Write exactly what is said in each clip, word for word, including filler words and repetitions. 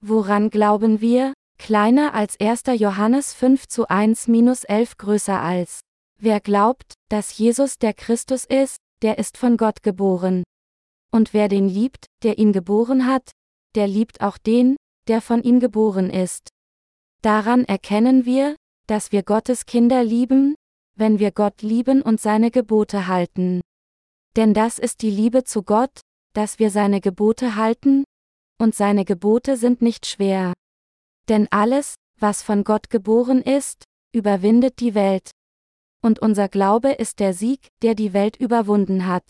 Woran glauben wir? Kleiner als erster Johannes fünf zu eins minus elf größer als. Wer glaubt, dass Jesus der Christus ist, der ist von Gott geboren. Und wer den liebt, der ihn geboren hat, der liebt auch den, der von ihm geboren ist. Daran erkennen wir, dass wir Gottes Kinder lieben, wenn wir Gott lieben und seine Gebote halten. Denn das ist die Liebe zu Gott, dass wir seine Gebote halten, und seine Gebote sind nicht schwer. Denn alles, was von Gott geboren ist, überwindet die Welt. Und unser Glaube ist der Sieg, der die Welt überwunden hat.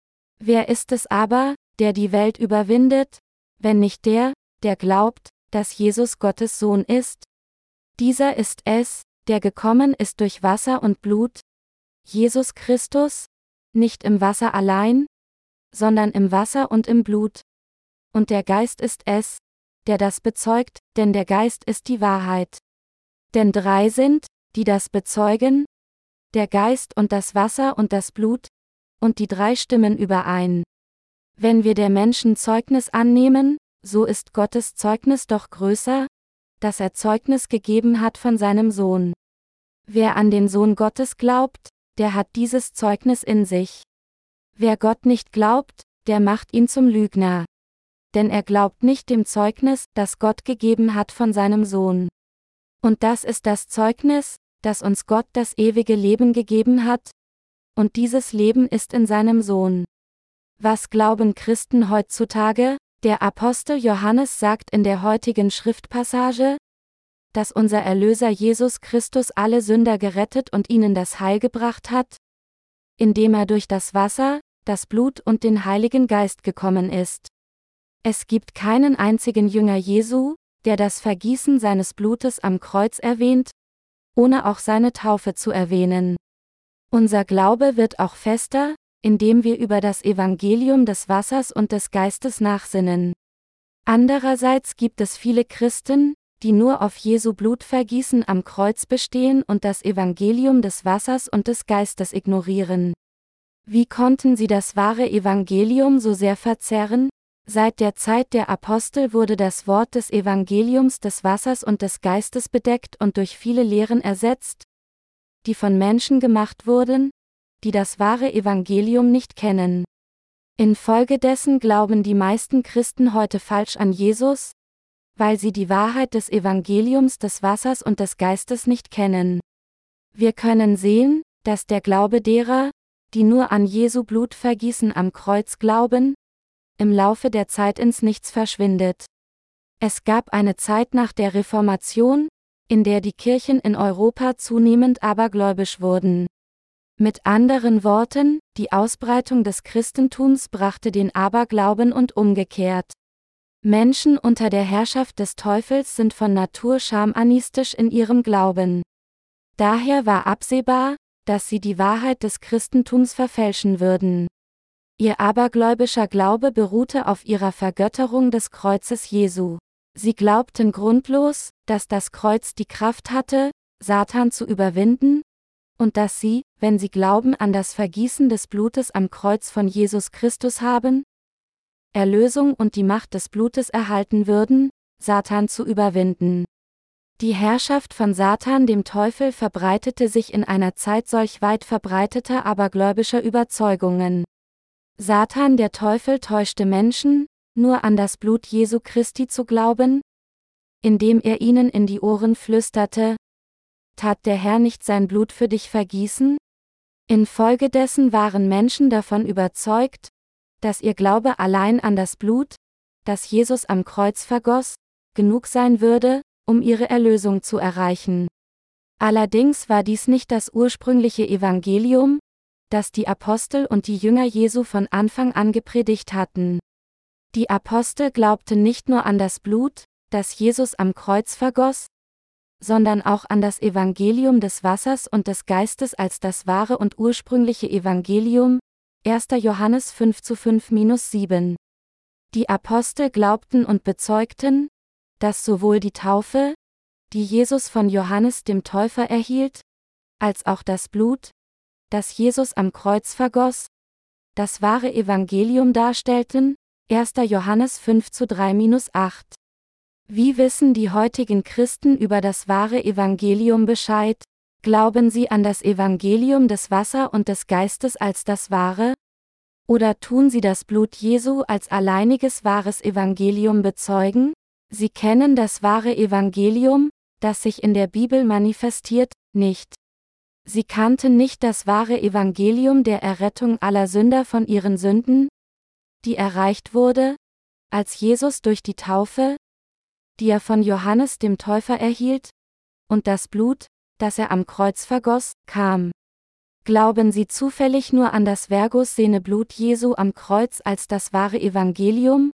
Wer ist es aber, der die Welt überwindet, wenn nicht der, der glaubt, dass Jesus Gottes Sohn ist? Dieser ist es, der gekommen ist durch Wasser und Blut, Jesus Christus, nicht im Wasser allein, sondern im Wasser und im Blut. Und der Geist ist es, der das bezeugt, denn der Geist ist die Wahrheit. Denn drei sind, die das bezeugen, der Geist und das Wasser und das Blut, und die drei stimmen überein. Wenn wir der Menschen Zeugnis annehmen, so ist Gottes Zeugnis doch größer, dass er Zeugnis gegeben hat von seinem Sohn. Wer an den Sohn Gottes glaubt, der hat dieses Zeugnis in sich. Wer Gott nicht glaubt, der macht ihn zum Lügner. Denn er glaubt nicht dem Zeugnis, das Gott gegeben hat von seinem Sohn. Und das ist das Zeugnis, dass uns Gott das ewige Leben gegeben hat, und dieses Leben ist in seinem Sohn. Was glauben Christen heutzutage? Der Apostel Johannes sagt in der heutigen Schriftpassage, dass unser Erlöser Jesus Christus alle Sünder gerettet und ihnen das Heil gebracht hat, indem er durch das Wasser, das Blut und den Heiligen Geist gekommen ist. Es gibt keinen einzigen Jünger Jesu, der das Vergießen seines Blutes am Kreuz erwähnt, ohne auch seine Taufe zu erwähnen. Unser Glaube wird auch fester, indem wir über das Evangelium des Wassers und des Geistes nachsinnen. Andererseits gibt es viele Christen, die nur auf Jesu Blutvergießen am Kreuz bestehen und das Evangelium des Wassers und des Geistes ignorieren. Wie konnten sie das wahre Evangelium so sehr verzerren? Seit der Zeit der Apostel wurde das Wort des Evangeliums des Wassers und des Geistes bedeckt und durch viele Lehren ersetzt, die von Menschen gemacht wurden, die das wahre Evangelium nicht kennen. Infolgedessen glauben die meisten Christen heute falsch an Jesus, weil sie die Wahrheit des Evangeliums des Wassers und des Geistes nicht kennen. Wir können sehen, dass der Glaube derer, die nur an Jesu Blutvergießen am Kreuz glauben, im Laufe der Zeit ins Nichts verschwindet. Es gab eine Zeit nach der Reformation, in der die Kirchen in Europa zunehmend abergläubisch wurden. Mit anderen Worten, die Ausbreitung des Christentums brachte den Aberglauben und umgekehrt. Menschen unter der Herrschaft des Teufels sind von Natur schamanistisch in ihrem Glauben. Daher war absehbar, dass sie die Wahrheit des Christentums verfälschen würden. Ihr abergläubischer Glaube beruhte auf ihrer Vergötterung des Kreuzes Jesu. Sie glaubten grundlos, dass das Kreuz die Kraft hatte, Satan zu überwinden, und dass sie, wenn sie Glauben an das Vergießen des Blutes am Kreuz von Jesus Christus haben, Erlösung und die Macht des Blutes erhalten würden, Satan zu überwinden. Die Herrschaft von Satan dem Teufel verbreitete sich in einer Zeit solch weit verbreiteter abergläubischer Überzeugungen. Satan der Teufel täuschte Menschen, nur an das Blut Jesu Christi zu glauben, indem er ihnen in die Ohren flüsterte, tat der Herr nicht sein Blut für dich vergießen? Infolgedessen waren Menschen davon überzeugt, dass ihr Glaube allein an das Blut, das Jesus am Kreuz vergoss, genug sein würde, um ihre Erlösung zu erreichen. Allerdings war dies nicht das ursprüngliche Evangelium, das die Apostel und die Jünger Jesu von Anfang an gepredigt hatten. Die Apostel glaubten nicht nur an das Blut, das Jesus am Kreuz vergoss, sondern auch an das Evangelium des Wassers und des Geistes als das wahre und ursprüngliche Evangelium, erster Johannes fünf zu fünf minus sieben. Die Apostel glaubten und bezeugten, dass sowohl die Taufe, die Jesus von Johannes dem Täufer erhielt, als auch das Blut, das Jesus am Kreuz vergoss, das wahre Evangelium darstellten, erster Johannes fünf zu drei minus acht. Wie wissen die heutigen Christen über das wahre Evangelium Bescheid? Glauben sie an das Evangelium des Wasser und des Geistes als das wahre? Oder tun sie das Blut Jesu als alleiniges wahres Evangelium bezeugen? Sie kennen das wahre Evangelium, das sich in der Bibel manifestiert, nicht. Sie kannten nicht das wahre Evangelium der Errettung aller Sünder von ihren Sünden, die erreicht wurde, als Jesus durch die Taufe, die er von Johannes dem Täufer erhielt, und das Blut, das er am Kreuz vergoss, kam. Glauben Sie zufällig nur an das vergossene Blut Jesu am Kreuz als das wahre Evangelium,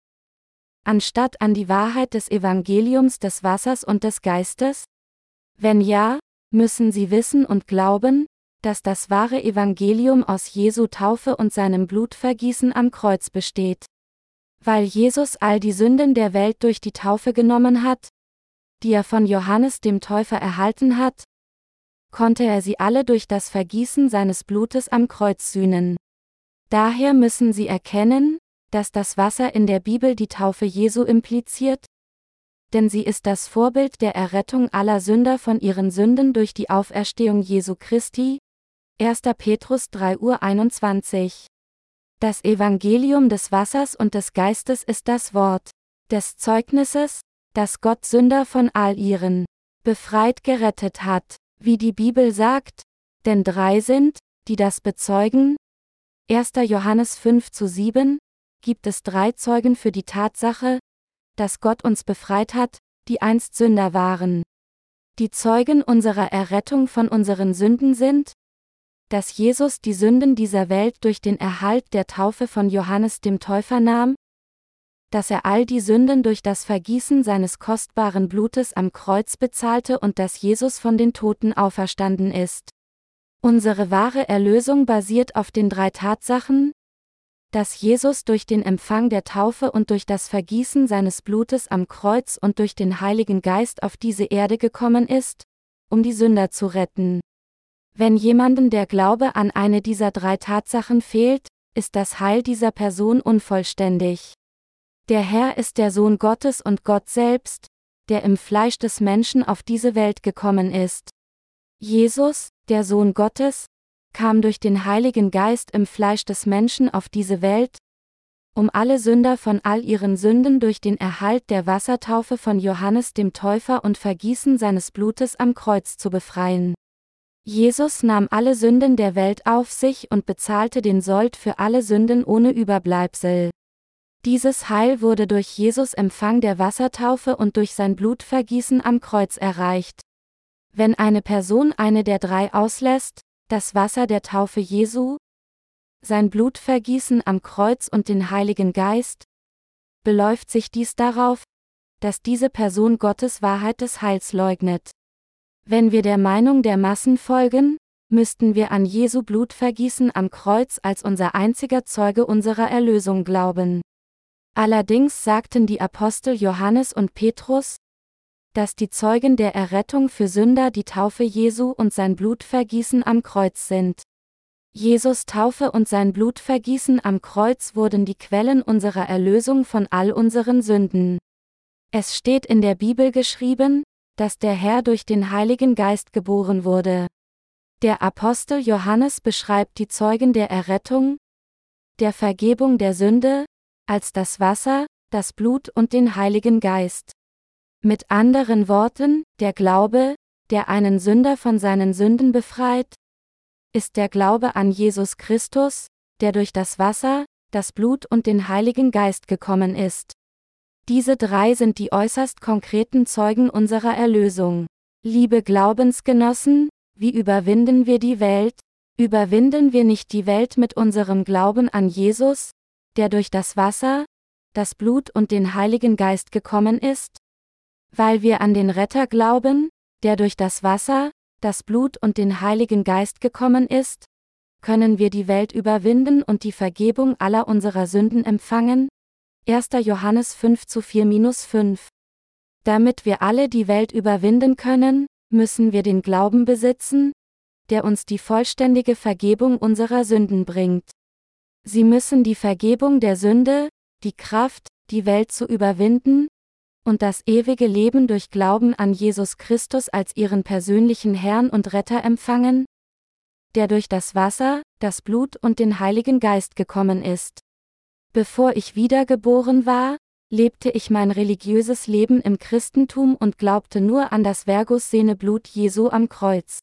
anstatt an die Wahrheit des Evangeliums des Wassers und des Geistes? Wenn ja, müssen Sie wissen und glauben, dass das wahre Evangelium aus Jesu Taufe und seinem Blutvergießen am Kreuz besteht. Weil Jesus all die Sünden der Welt durch die Taufe genommen hat, die er von Johannes dem Täufer erhalten hat, konnte er sie alle durch das Vergießen seines Blutes am Kreuz sühnen. Daher müssen Sie erkennen, dass das Wasser in der Bibel die Taufe Jesu impliziert, denn sie ist das Vorbild der Errettung aller Sünder von ihren Sünden durch die Auferstehung Jesu Christi. erster Petrus drei einundzwanzig. Das Evangelium des Wassers und des Geistes ist das Wort des Zeugnisses, dass Gott Sünder von all ihren befreit gerettet hat, wie die Bibel sagt, denn drei sind, die das bezeugen. erster Johannes fünf zu sieben, gibt es drei Zeugen für die Tatsache, dass Gott uns befreit hat, die einst Sünder waren. Die Zeugen unserer Errettung von unseren Sünden sind, dass Jesus die Sünden dieser Welt durch den Erhalt der Taufe von Johannes dem Täufer nahm, dass er all die Sünden durch das Vergießen seines kostbaren Blutes am Kreuz bezahlte und dass Jesus von den Toten auferstanden ist. Unsere wahre Erlösung basiert auf den drei Tatsachen, dass Jesus durch den Empfang der Taufe und durch das Vergießen seines Blutes am Kreuz und durch den Heiligen Geist auf diese Erde gekommen ist, um die Sünder zu retten. Wenn jemandem der Glaube an eine dieser drei Tatsachen fehlt, ist das Heil dieser Person unvollständig. Der Herr ist der Sohn Gottes und Gott selbst, der im Fleisch des Menschen auf diese Welt gekommen ist. Jesus, der Sohn Gottes, kam durch den Heiligen Geist im Fleisch des Menschen auf diese Welt, um alle Sünder von all ihren Sünden durch den Erhalt der Wassertaufe von Johannes dem Täufer und Vergießen seines Blutes am Kreuz zu befreien. Jesus nahm alle Sünden der Welt auf sich und bezahlte den Sold für alle Sünden ohne Überbleibsel. Dieses Heil wurde durch Jesus Empfang der Wassertaufe und durch sein Blutvergießen am Kreuz erreicht. Wenn eine Person eine der drei auslässt, das Wasser der Taufe Jesu, sein Blutvergießen am Kreuz und den Heiligen Geist, beläuft sich dies darauf, dass diese Person Gottes Wahrheit des Heils leugnet. Wenn wir der Meinung der Massen folgen, müssten wir an Jesu Blutvergießen am Kreuz als unser einziger Zeuge unserer Erlösung glauben. Allerdings sagten die Apostel Johannes und Petrus, dass die Zeugen der Errettung für Sünder die Taufe Jesu und sein Blutvergießen am Kreuz sind. Jesus' Taufe und sein Blutvergießen am Kreuz wurden die Quellen unserer Erlösung von all unseren Sünden. Es steht in der Bibel geschrieben, dass der Herr durch den Heiligen Geist geboren wurde. Der Apostel Johannes beschreibt die Zeugen der Errettung, der Vergebung der Sünde, als das Wasser, das Blut und den Heiligen Geist. Mit anderen Worten, der Glaube, der einen Sünder von seinen Sünden befreit, ist der Glaube an Jesus Christus, der durch das Wasser, das Blut und den Heiligen Geist gekommen ist. Diese drei sind die äußerst konkreten Zeugen unserer Erlösung. Liebe Glaubensgenossen, wie überwinden wir die Welt? Überwinden wir nicht die Welt mit unserem Glauben an Jesus, der durch das Wasser, das Blut und den Heiligen Geist gekommen ist? Weil wir an den Retter glauben, der durch das Wasser, das Blut und den Heiligen Geist gekommen ist, können wir die Welt überwinden und die Vergebung aller unserer Sünden empfangen? erster Johannes fünf zu vier bis fünf. Damit wir alle die Welt überwinden können, müssen wir den Glauben besitzen, der uns die vollständige Vergebung unserer Sünden bringt. Sie müssen die Vergebung der Sünde, die Kraft, die Welt zu überwinden, und das ewige Leben durch Glauben an Jesus Christus als ihren persönlichen Herrn und Retter empfangen, der durch das Wasser, das Blut und den Heiligen Geist gekommen ist. Bevor ich wiedergeboren war, lebte ich mein religiöses Leben im Christentum und glaubte nur an das vergossene Blut Jesu am Kreuz.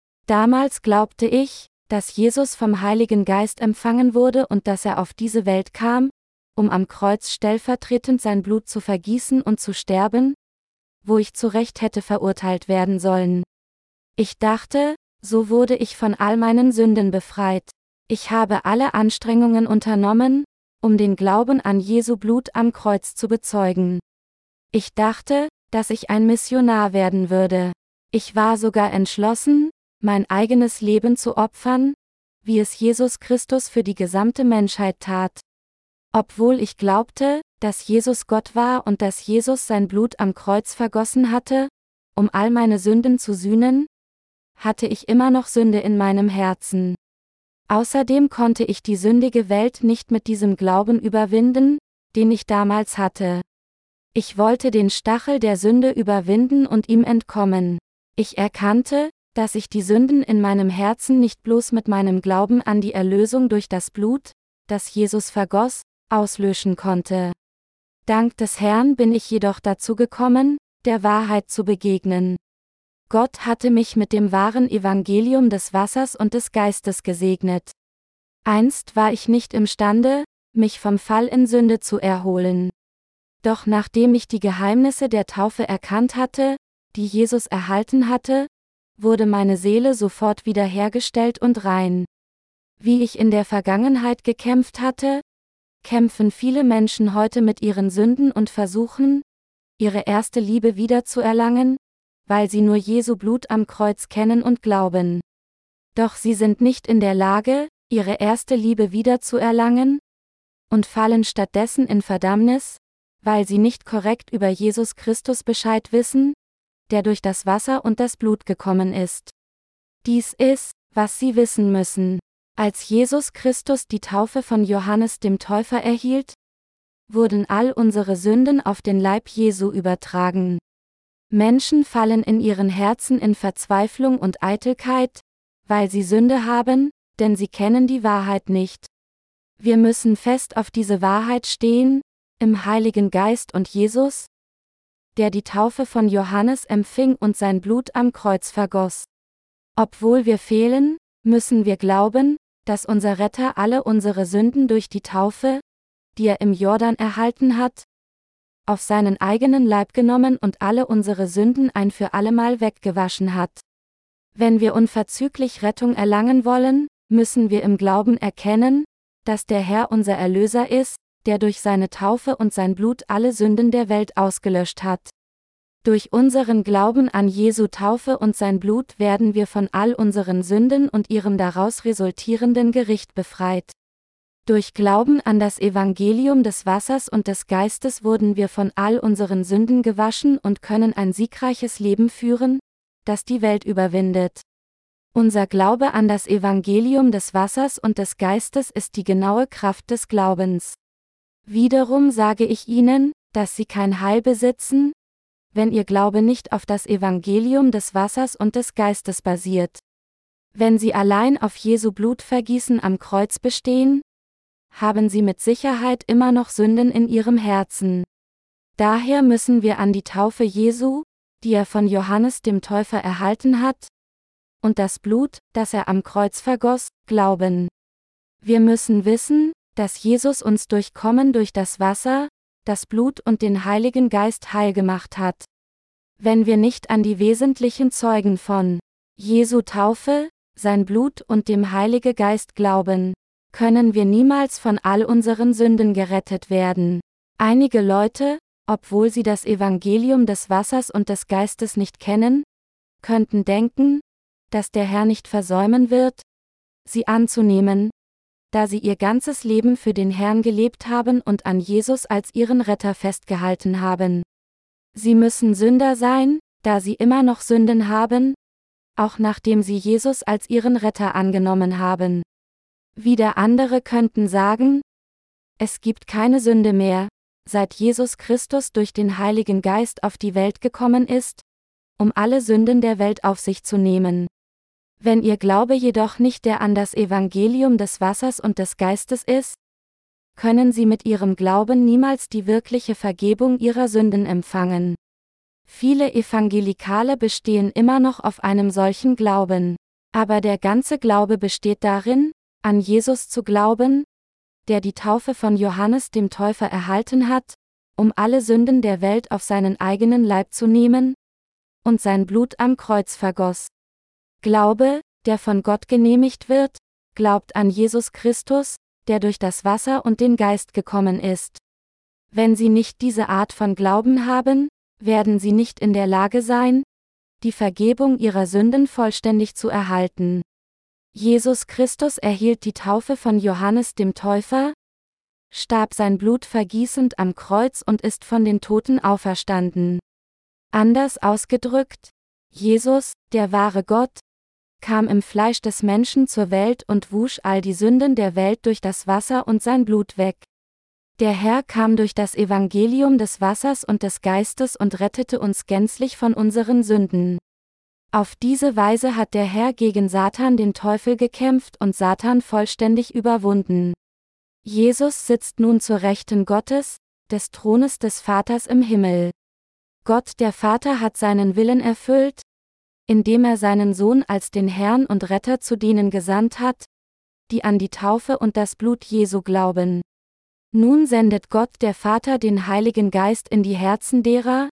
Damals glaubte ich, dass Jesus vom Heiligen Geist empfangen wurde und dass er auf diese Welt kam, um am Kreuz stellvertretend sein Blut zu vergießen und zu sterben, wo ich zu Recht hätte verurteilt werden sollen. Ich dachte, so wurde ich von all meinen Sünden befreit. Ich habe alle Anstrengungen unternommen, um den Glauben an Jesu Blut am Kreuz zu bezeugen. Ich dachte, dass ich ein Missionar werden würde. Ich war sogar entschlossen, mein eigenes Leben zu opfern, wie es Jesus Christus für die gesamte Menschheit tat. Obwohl ich glaubte, dass Jesus Gott war und dass Jesus sein Blut am Kreuz vergossen hatte, um all meine Sünden zu sühnen, hatte ich immer noch Sünde in meinem Herzen. Außerdem konnte ich die sündige Welt nicht mit diesem Glauben überwinden, den ich damals hatte. Ich wollte den Stachel der Sünde überwinden und ihm entkommen. Ich erkannte, dass ich die Sünden in meinem Herzen nicht bloß mit meinem Glauben an die Erlösung durch das Blut, das Jesus vergoss, auslöschen konnte. Dank des Herrn bin ich jedoch dazu gekommen, der Wahrheit zu begegnen. Gott hatte mich mit dem wahren Evangelium des Wassers und des Geistes gesegnet. Einst war ich nicht imstande, mich vom Fall in Sünde zu erholen. Doch nachdem ich die Geheimnisse der Taufe erkannt hatte, die Jesus erhalten hatte, wurde meine Seele sofort wiederhergestellt und rein. Wie ich in der Vergangenheit gekämpft hatte, kämpfen viele Menschen heute mit ihren Sünden und versuchen, ihre erste Liebe wiederzuerlangen, weil sie nur Jesu Blut am Kreuz kennen und glauben. Doch sie sind nicht in der Lage, ihre erste Liebe wiederzuerlangen, und fallen stattdessen in Verdammnis, weil sie nicht korrekt über Jesus Christus Bescheid wissen, der durch das Wasser und das Blut gekommen ist. Dies ist, was sie wissen müssen. Als Jesus Christus die Taufe von Johannes dem Täufer erhielt, wurden all unsere Sünden auf den Leib Jesu übertragen. Menschen fallen in ihren Herzen in Verzweiflung und Eitelkeit, weil sie Sünde haben, denn sie kennen die Wahrheit nicht. Wir müssen fest auf diese Wahrheit stehen, im Heiligen Geist und Jesus, der die Taufe von Johannes empfing und sein Blut am Kreuz vergoss. Obwohl wir fehlen, müssen wir glauben, dass unser Retter alle unsere Sünden durch die Taufe, die er im Jordan erhalten hat, auf seinen eigenen Leib genommen und alle unsere Sünden ein für allemal weggewaschen hat. Wenn wir unverzüglich Rettung erlangen wollen, müssen wir im Glauben erkennen, dass der Herr unser Erlöser ist, der durch seine Taufe und sein Blut alle Sünden der Welt ausgelöscht hat. Durch unseren Glauben an Jesu Taufe und sein Blut werden wir von all unseren Sünden und ihrem daraus resultierenden Gericht befreit. Durch Glauben an das Evangelium des Wassers und des Geistes wurden wir von all unseren Sünden gewaschen und können ein siegreiches Leben führen, das die Welt überwindet. Unser Glaube an das Evangelium des Wassers und des Geistes ist die genaue Kraft des Glaubens. Wiederum sage ich Ihnen, dass Sie kein Heil besitzen, wenn Ihr Glaube nicht auf das Evangelium des Wassers und des Geistes basiert. Wenn Sie allein auf Jesu Blutvergießen am Kreuz bestehen, haben Sie mit Sicherheit immer noch Sünden in Ihrem Herzen. Daher müssen wir an die Taufe Jesu, die er von Johannes dem Täufer erhalten hat, und das Blut, das er am Kreuz vergoss, glauben. Wir müssen wissen, dass Jesus uns durch Kommen durch das Wasser, das Blut und den Heiligen Geist heil gemacht hat. Wenn wir nicht an die wesentlichen Zeugen von Jesu Taufe, sein Blut und dem Heiligen Geist glauben, können wir niemals von all unseren Sünden gerettet werden. Einige Leute, obwohl sie das Evangelium des Wassers und des Geistes nicht kennen, könnten denken, dass der Herr nicht versäumen wird, sie anzunehmen, da sie ihr ganzes Leben für den Herrn gelebt haben und an Jesus als ihren Retter festgehalten haben. Sie müssen Sünder sein, da sie immer noch Sünden haben, auch nachdem sie Jesus als ihren Retter angenommen haben. Wieder andere könnten sagen, es gibt keine Sünde mehr, seit Jesus Christus durch den Heiligen Geist auf die Welt gekommen ist, um alle Sünden der Welt auf sich zu nehmen. Wenn ihr Glaube jedoch nicht der an das Evangelium des Wassers und des Geistes ist, können sie mit ihrem Glauben niemals die wirkliche Vergebung ihrer Sünden empfangen. Viele Evangelikale bestehen immer noch auf einem solchen Glauben. Aber der ganze Glaube besteht darin, an Jesus zu glauben, der die Taufe von Johannes dem Täufer erhalten hat, um alle Sünden der Welt auf seinen eigenen Leib zu nehmen, und sein Blut am Kreuz vergoss. Glaube, der von Gott genehmigt wird, glaubt an Jesus Christus, der durch das Wasser und den Geist gekommen ist. Wenn sie nicht diese Art von Glauben haben, werden sie nicht in der Lage sein, die Vergebung ihrer Sünden vollständig zu erhalten. Jesus Christus erhielt die Taufe von Johannes dem Täufer, starb sein Blut vergießend am Kreuz und ist von den Toten auferstanden. Anders ausgedrückt, Jesus, der wahre Gott, kam im Fleisch des Menschen zur Welt und wusch all die Sünden der Welt durch das Wasser und sein Blut weg. Der Herr kam durch das Evangelium des Wassers und des Geistes und rettete uns gänzlich von unseren Sünden. Auf diese Weise hat der Herr gegen Satan den Teufel gekämpft und Satan vollständig überwunden. Jesus sitzt nun zur Rechten Gottes, des Thrones des Vaters im Himmel. Gott der Vater hat seinen Willen erfüllt, indem er seinen Sohn als den Herrn und Retter zu denen gesandt hat, die an die Taufe und das Blut Jesu glauben. Nun sendet Gott der Vater den Heiligen Geist in die Herzen derer,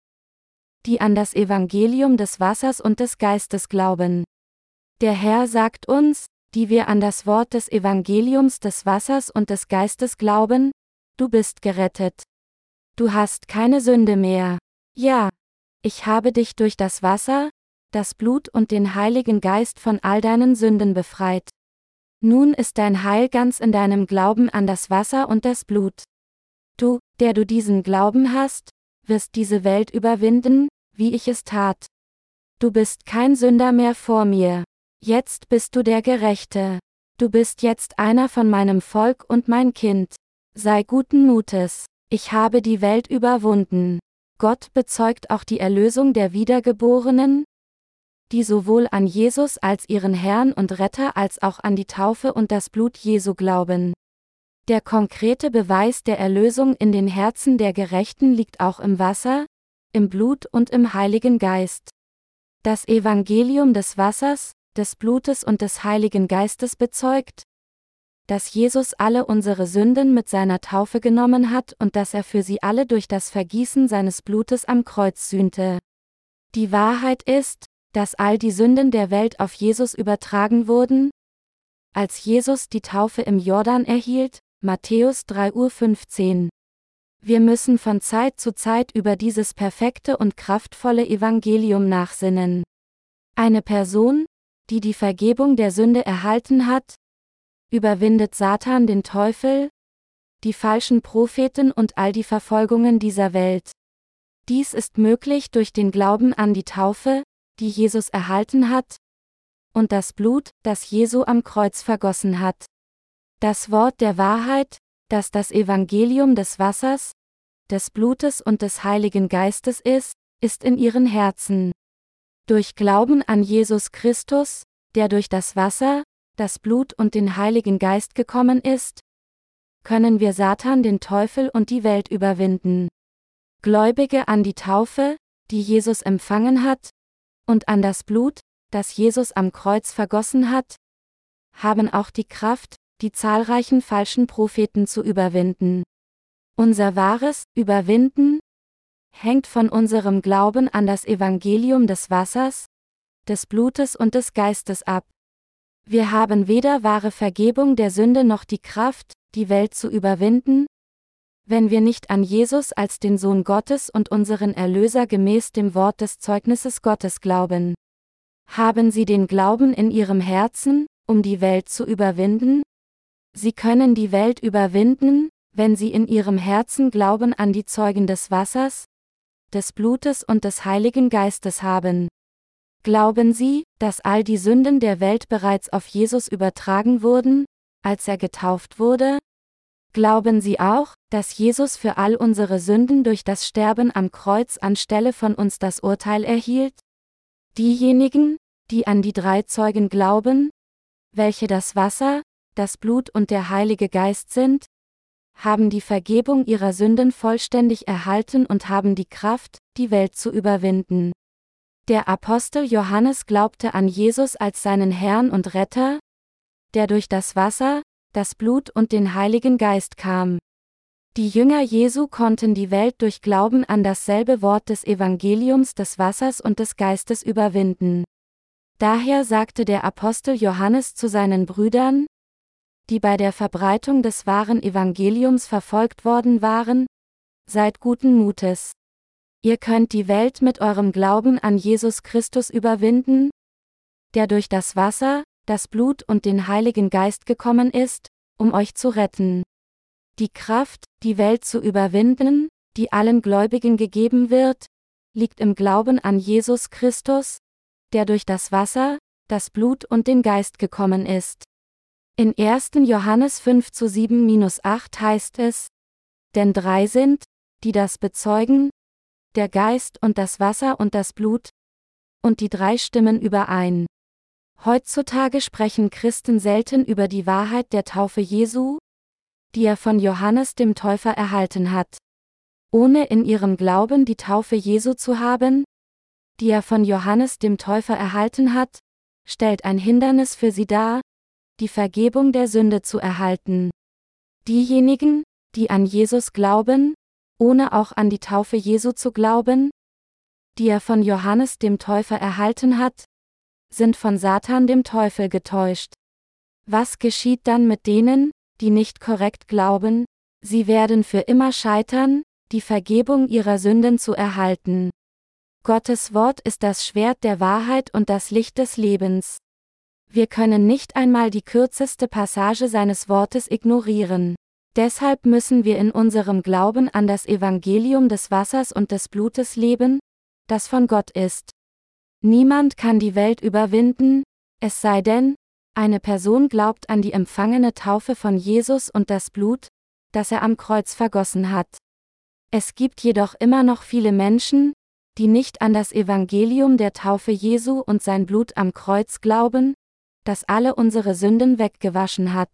die an das Evangelium des Wassers und des Geistes glauben. Der Herr sagt uns, die wir an das Wort des Evangeliums des Wassers und des Geistes glauben, du bist gerettet. Du hast keine Sünde mehr. Ja, ich habe dich durch das Wasser, das Blut und den Heiligen Geist von all deinen Sünden befreit. Nun ist dein Heil ganz in deinem Glauben an das Wasser und das Blut. Du, der du diesen Glauben hast, wirst diese Welt überwinden, wie ich es tat. Du bist kein Sünder mehr vor mir. Jetzt bist du der Gerechte. Du bist jetzt einer von meinem Volk und mein Kind. Sei guten Mutes. Ich habe die Welt überwunden. Gott bezeugt auch die Erlösung der Wiedergeborenen, die sowohl an Jesus als ihren Herrn und Retter als auch an die Taufe und das Blut Jesu glauben. Der konkrete Beweis der Erlösung in den Herzen der Gerechten liegt auch im Wasser, im Blut und im Heiligen Geist. Das Evangelium des Wassers, des Blutes und des Heiligen Geistes bezeugt, dass Jesus alle unsere Sünden mit seiner Taufe genommen hat und dass er für sie alle durch das Vergießen seines Blutes am Kreuz sühnte. Die Wahrheit ist, dass all die Sünden der Welt auf Jesus übertragen wurden, als Jesus die Taufe im Jordan erhielt, Matthäus drei Uhr fünfzehn. Wir müssen von Zeit zu Zeit über dieses perfekte und kraftvolle Evangelium nachsinnen. Eine Person, die die Vergebung der Sünde erhalten hat, überwindet Satan den Teufel, die falschen Propheten und all die Verfolgungen dieser Welt. Dies ist möglich durch den Glauben an die Taufe, die Jesus erhalten hat, und das Blut, das Jesu am Kreuz vergossen hat. Das Wort der Wahrheit, das das Evangelium des Wassers, des Blutes und des Heiligen Geistes ist, ist in ihren Herzen. Durch Glauben an Jesus Christus, der durch das Wasser, das Blut und den Heiligen Geist gekommen ist, können wir Satan, den Teufel und die Welt überwinden. Gläubige an die Taufe, die Jesus empfangen hat, und an das Blut, das Jesus am Kreuz vergossen hat, haben auch die Kraft, die zahlreichen falschen Propheten zu überwinden. Unser wahres Überwinden hängt von unserem Glauben an das Evangelium des Wassers, des Blutes und des Geistes ab. Wir haben weder wahre Vergebung der Sünde noch die Kraft, die Welt zu überwinden, wenn wir nicht an Jesus als den Sohn Gottes und unseren Erlöser gemäß dem Wort des Zeugnisses Gottes glauben. Haben Sie den Glauben in Ihrem Herzen, um die Welt zu überwinden? Sie können die Welt überwinden, wenn Sie in Ihrem Herzen Glauben an die Zeugen des Wassers, des Blutes und des Heiligen Geistes haben. Glauben Sie, dass all die Sünden der Welt bereits auf Jesus übertragen wurden, als er getauft wurde? Glauben Sie auch, dass Jesus für all unsere Sünden durch das Sterben am Kreuz anstelle von uns das Urteil erhielt? Diejenigen, die an die drei Zeugen glauben, welche das Wasser, das Blut und der Heilige Geist sind, haben die Vergebung ihrer Sünden vollständig erhalten und haben die Kraft, die Welt zu überwinden. Der Apostel Johannes glaubte an Jesus als seinen Herrn und Retter, der durch das Wasser, das Blut und den Heiligen Geist kam. Die Jünger Jesu konnten die Welt durch Glauben an dasselbe Wort des Evangeliums des Wassers und des Geistes überwinden. Daher sagte der Apostel Johannes zu seinen Brüdern, die bei der Verbreitung des wahren Evangeliums verfolgt worden waren: Seid guten Mutes. Ihr könnt die Welt mit eurem Glauben an Jesus Christus überwinden, der durch das Wasser, das Blut und den Heiligen Geist gekommen ist, um euch zu retten. Die Kraft, die Welt zu überwinden, die allen Gläubigen gegeben wird, liegt im Glauben an Jesus Christus, der durch das Wasser, das Blut und den Geist gekommen ist. In ersten Johannes fünf zu sieben bis acht heißt es: Denn drei sind, die das bezeugen, der Geist und das Wasser und das Blut, und die drei stimmen überein. Heutzutage sprechen Christen selten über die Wahrheit der Taufe Jesu, die er von Johannes dem Täufer erhalten hat. Ohne in ihrem Glauben die Taufe Jesu zu haben, die er von Johannes dem Täufer erhalten hat, stellt ein Hindernis für sie dar, die Vergebung der Sünde zu erhalten. Diejenigen, die an Jesus glauben, ohne auch an die Taufe Jesu zu glauben, die er von Johannes dem Täufer erhalten hat, sind von Satan dem Teufel getäuscht. Was geschieht dann mit denen, die nicht korrekt glauben? Sie werden für immer scheitern, die Vergebung ihrer Sünden zu erhalten. Gottes Wort ist das Schwert der Wahrheit und das Licht des Lebens. Wir können nicht einmal die kürzeste Passage seines Wortes ignorieren. Deshalb müssen wir in unserem Glauben an das Evangelium des Wassers und des Blutes leben, das von Gott ist. Niemand kann die Welt überwinden, es sei denn, eine Person glaubt an die empfangene Taufe von Jesus und das Blut, das er am Kreuz vergossen hat. Es gibt jedoch immer noch viele Menschen, die nicht an das Evangelium der Taufe Jesu und sein Blut am Kreuz glauben, das alle unsere Sünden weggewaschen hat.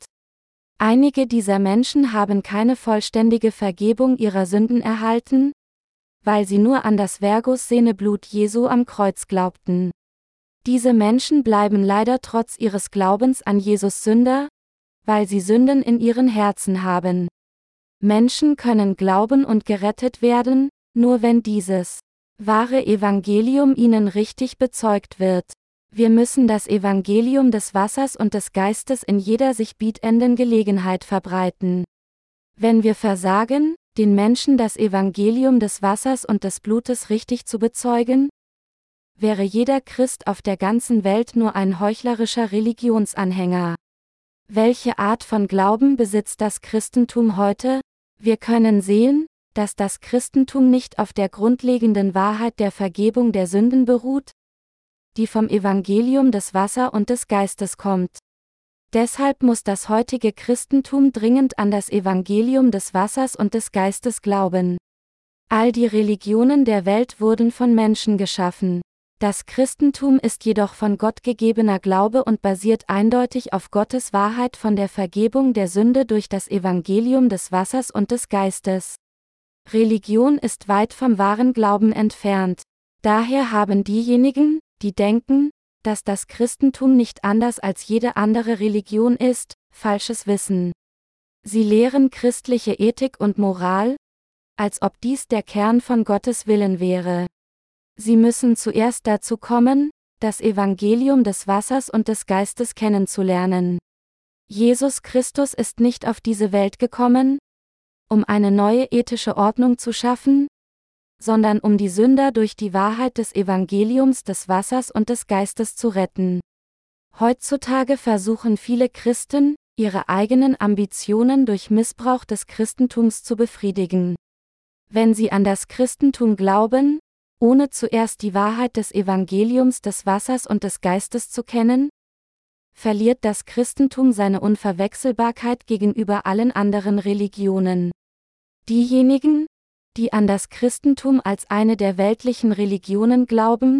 Einige dieser Menschen haben keine vollständige Vergebung ihrer Sünden erhalten, weil sie nur an das vergossene Blut Jesu am Kreuz glaubten. Diese Menschen bleiben leider trotz ihres Glaubens an Jesus Sünder, weil sie Sünden in ihren Herzen haben. Menschen können glauben und gerettet werden, nur wenn dieses wahre Evangelium ihnen richtig bezeugt wird. Wir müssen das Evangelium des Wassers und des Geistes in jeder sich bietenden Gelegenheit verbreiten. Wenn wir versagen, den Menschen das Evangelium des Wassers und des Blutes richtig zu bezeugen, wäre jeder Christ auf der ganzen Welt nur ein heuchlerischer Religionsanhänger. Welche Art von Glauben besitzt das Christentum heute? Wir können sehen, dass das Christentum nicht auf der grundlegenden Wahrheit der Vergebung der Sünden beruht, die vom Evangelium des Wassers und des Geistes kommt. Deshalb muss das heutige Christentum dringend an das Evangelium des Wassers und des Geistes glauben. All die Religionen der Welt wurden von Menschen geschaffen. Das Christentum ist jedoch von Gott gegebener Glaube und basiert eindeutig auf Gottes Wahrheit von der Vergebung der Sünde durch das Evangelium des Wassers und des Geistes. Religion ist weit vom wahren Glauben entfernt. Daher haben diejenigen, die denken, dass das Christentum nicht anders als jede andere Religion ist, falsches Wissen. Sie lehren christliche Ethik und Moral, als ob dies der Kern von Gottes Willen wäre. Sie müssen zuerst dazu kommen, das Evangelium des Wassers und des Geistes kennenzulernen. Jesus Christus ist nicht auf diese Welt gekommen, um eine neue ethische Ordnung zu schaffen, sondern um die Sünder durch die Wahrheit des Evangeliums des Wassers und des Geistes zu retten. Heutzutage versuchen viele Christen, ihre eigenen Ambitionen durch Missbrauch des Christentums zu befriedigen. Wenn sie an das Christentum glauben, ohne zuerst die Wahrheit des Evangeliums des Wassers und des Geistes zu kennen, verliert das Christentum seine Unverwechselbarkeit gegenüber allen anderen Religionen. Diejenigen, die an das Christentum als eine der weltlichen Religionen glauben,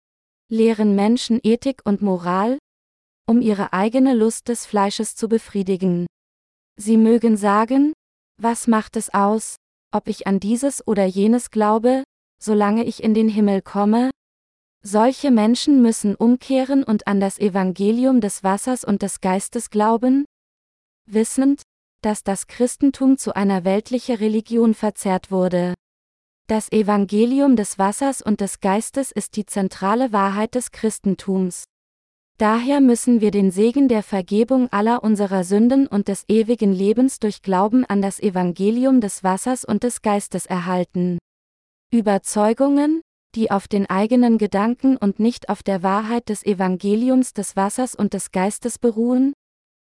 lehren Menschen Ethik und Moral, um ihre eigene Lust des Fleisches zu befriedigen. Sie mögen sagen, was macht es aus, ob ich an dieses oder jenes glaube, solange ich in den Himmel komme? Solche Menschen müssen umkehren und an das Evangelium des Wassers und des Geistes glauben, wissend, dass das Christentum zu einer weltlichen Religion verzerrt wurde. Das Evangelium des Wassers und des Geistes ist die zentrale Wahrheit des Christentums. Daher müssen wir den Segen der Vergebung aller unserer Sünden und des ewigen Lebens durch Glauben an das Evangelium des Wassers und des Geistes erhalten. Überzeugungen, die auf den eigenen Gedanken und nicht auf der Wahrheit des Evangeliums des Wassers und des Geistes beruhen,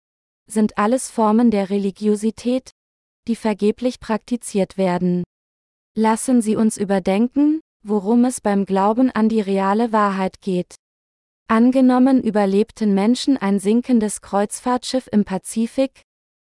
sind alles Formen der Religiosität, die vergeblich praktiziert werden. Lassen Sie uns überdenken, worum es beim Glauben an die reale Wahrheit geht. Angenommen überlebten Menschen ein sinkendes Kreuzfahrtschiff im Pazifik,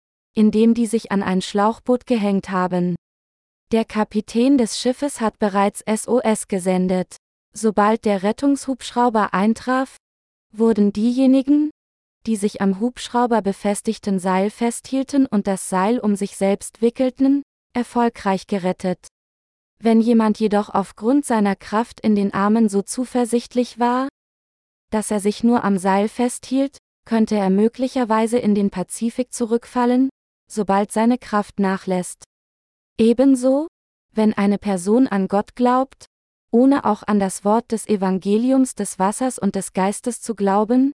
in dem die sich an ein Schlauchboot gehängt haben. Der Kapitän des Schiffes hat bereits S O S gesendet. Sobald der Rettungshubschrauber eintraf, wurden diejenigen, die sich am Hubschrauber befestigten Seil festhielten und das Seil um sich selbst wickelten, erfolgreich gerettet. Wenn jemand jedoch aufgrund seiner Kraft in den Armen so zuversichtlich war, dass er sich nur am Seil festhielt, könnte er möglicherweise in den Pazifik zurückfallen, sobald seine Kraft nachlässt. Ebenso, wenn eine Person an Gott glaubt, ohne auch an das Wort des Evangeliums des Wassers und des Geistes zu glauben,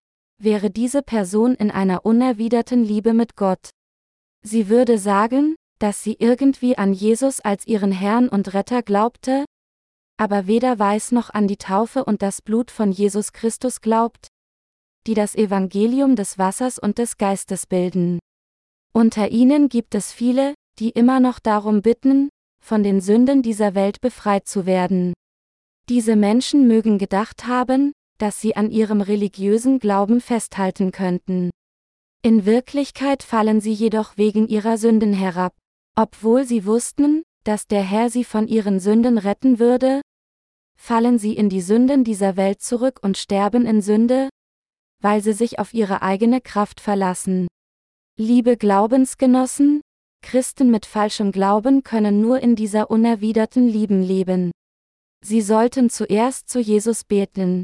wäre diese Person in einer unerwiderten Liebe mit Gott. Sie würde sagen, dass sie irgendwie an Jesus als ihren Herrn und Retter glaubte, aber weder weiß noch an die Taufe und das Blut von Jesus Christus glaubt, die das Evangelium des Wassers und des Geistes bilden. Unter ihnen gibt es viele, die immer noch darum bitten, von den Sünden dieser Welt befreit zu werden. Diese Menschen mögen gedacht haben, dass sie an ihrem religiösen Glauben festhalten könnten. In Wirklichkeit fallen sie jedoch wegen ihrer Sünden herab, obwohl sie wussten, dass der Herr sie von ihren Sünden retten würde, fallen sie in die Sünden dieser Welt zurück und sterben in Sünde, weil sie sich auf ihre eigene Kraft verlassen. Liebe Glaubensgenossen, Christen mit falschem Glauben können nur in dieser unerwiderten Liebe leben. Sie sollten zuerst zu Jesus beten.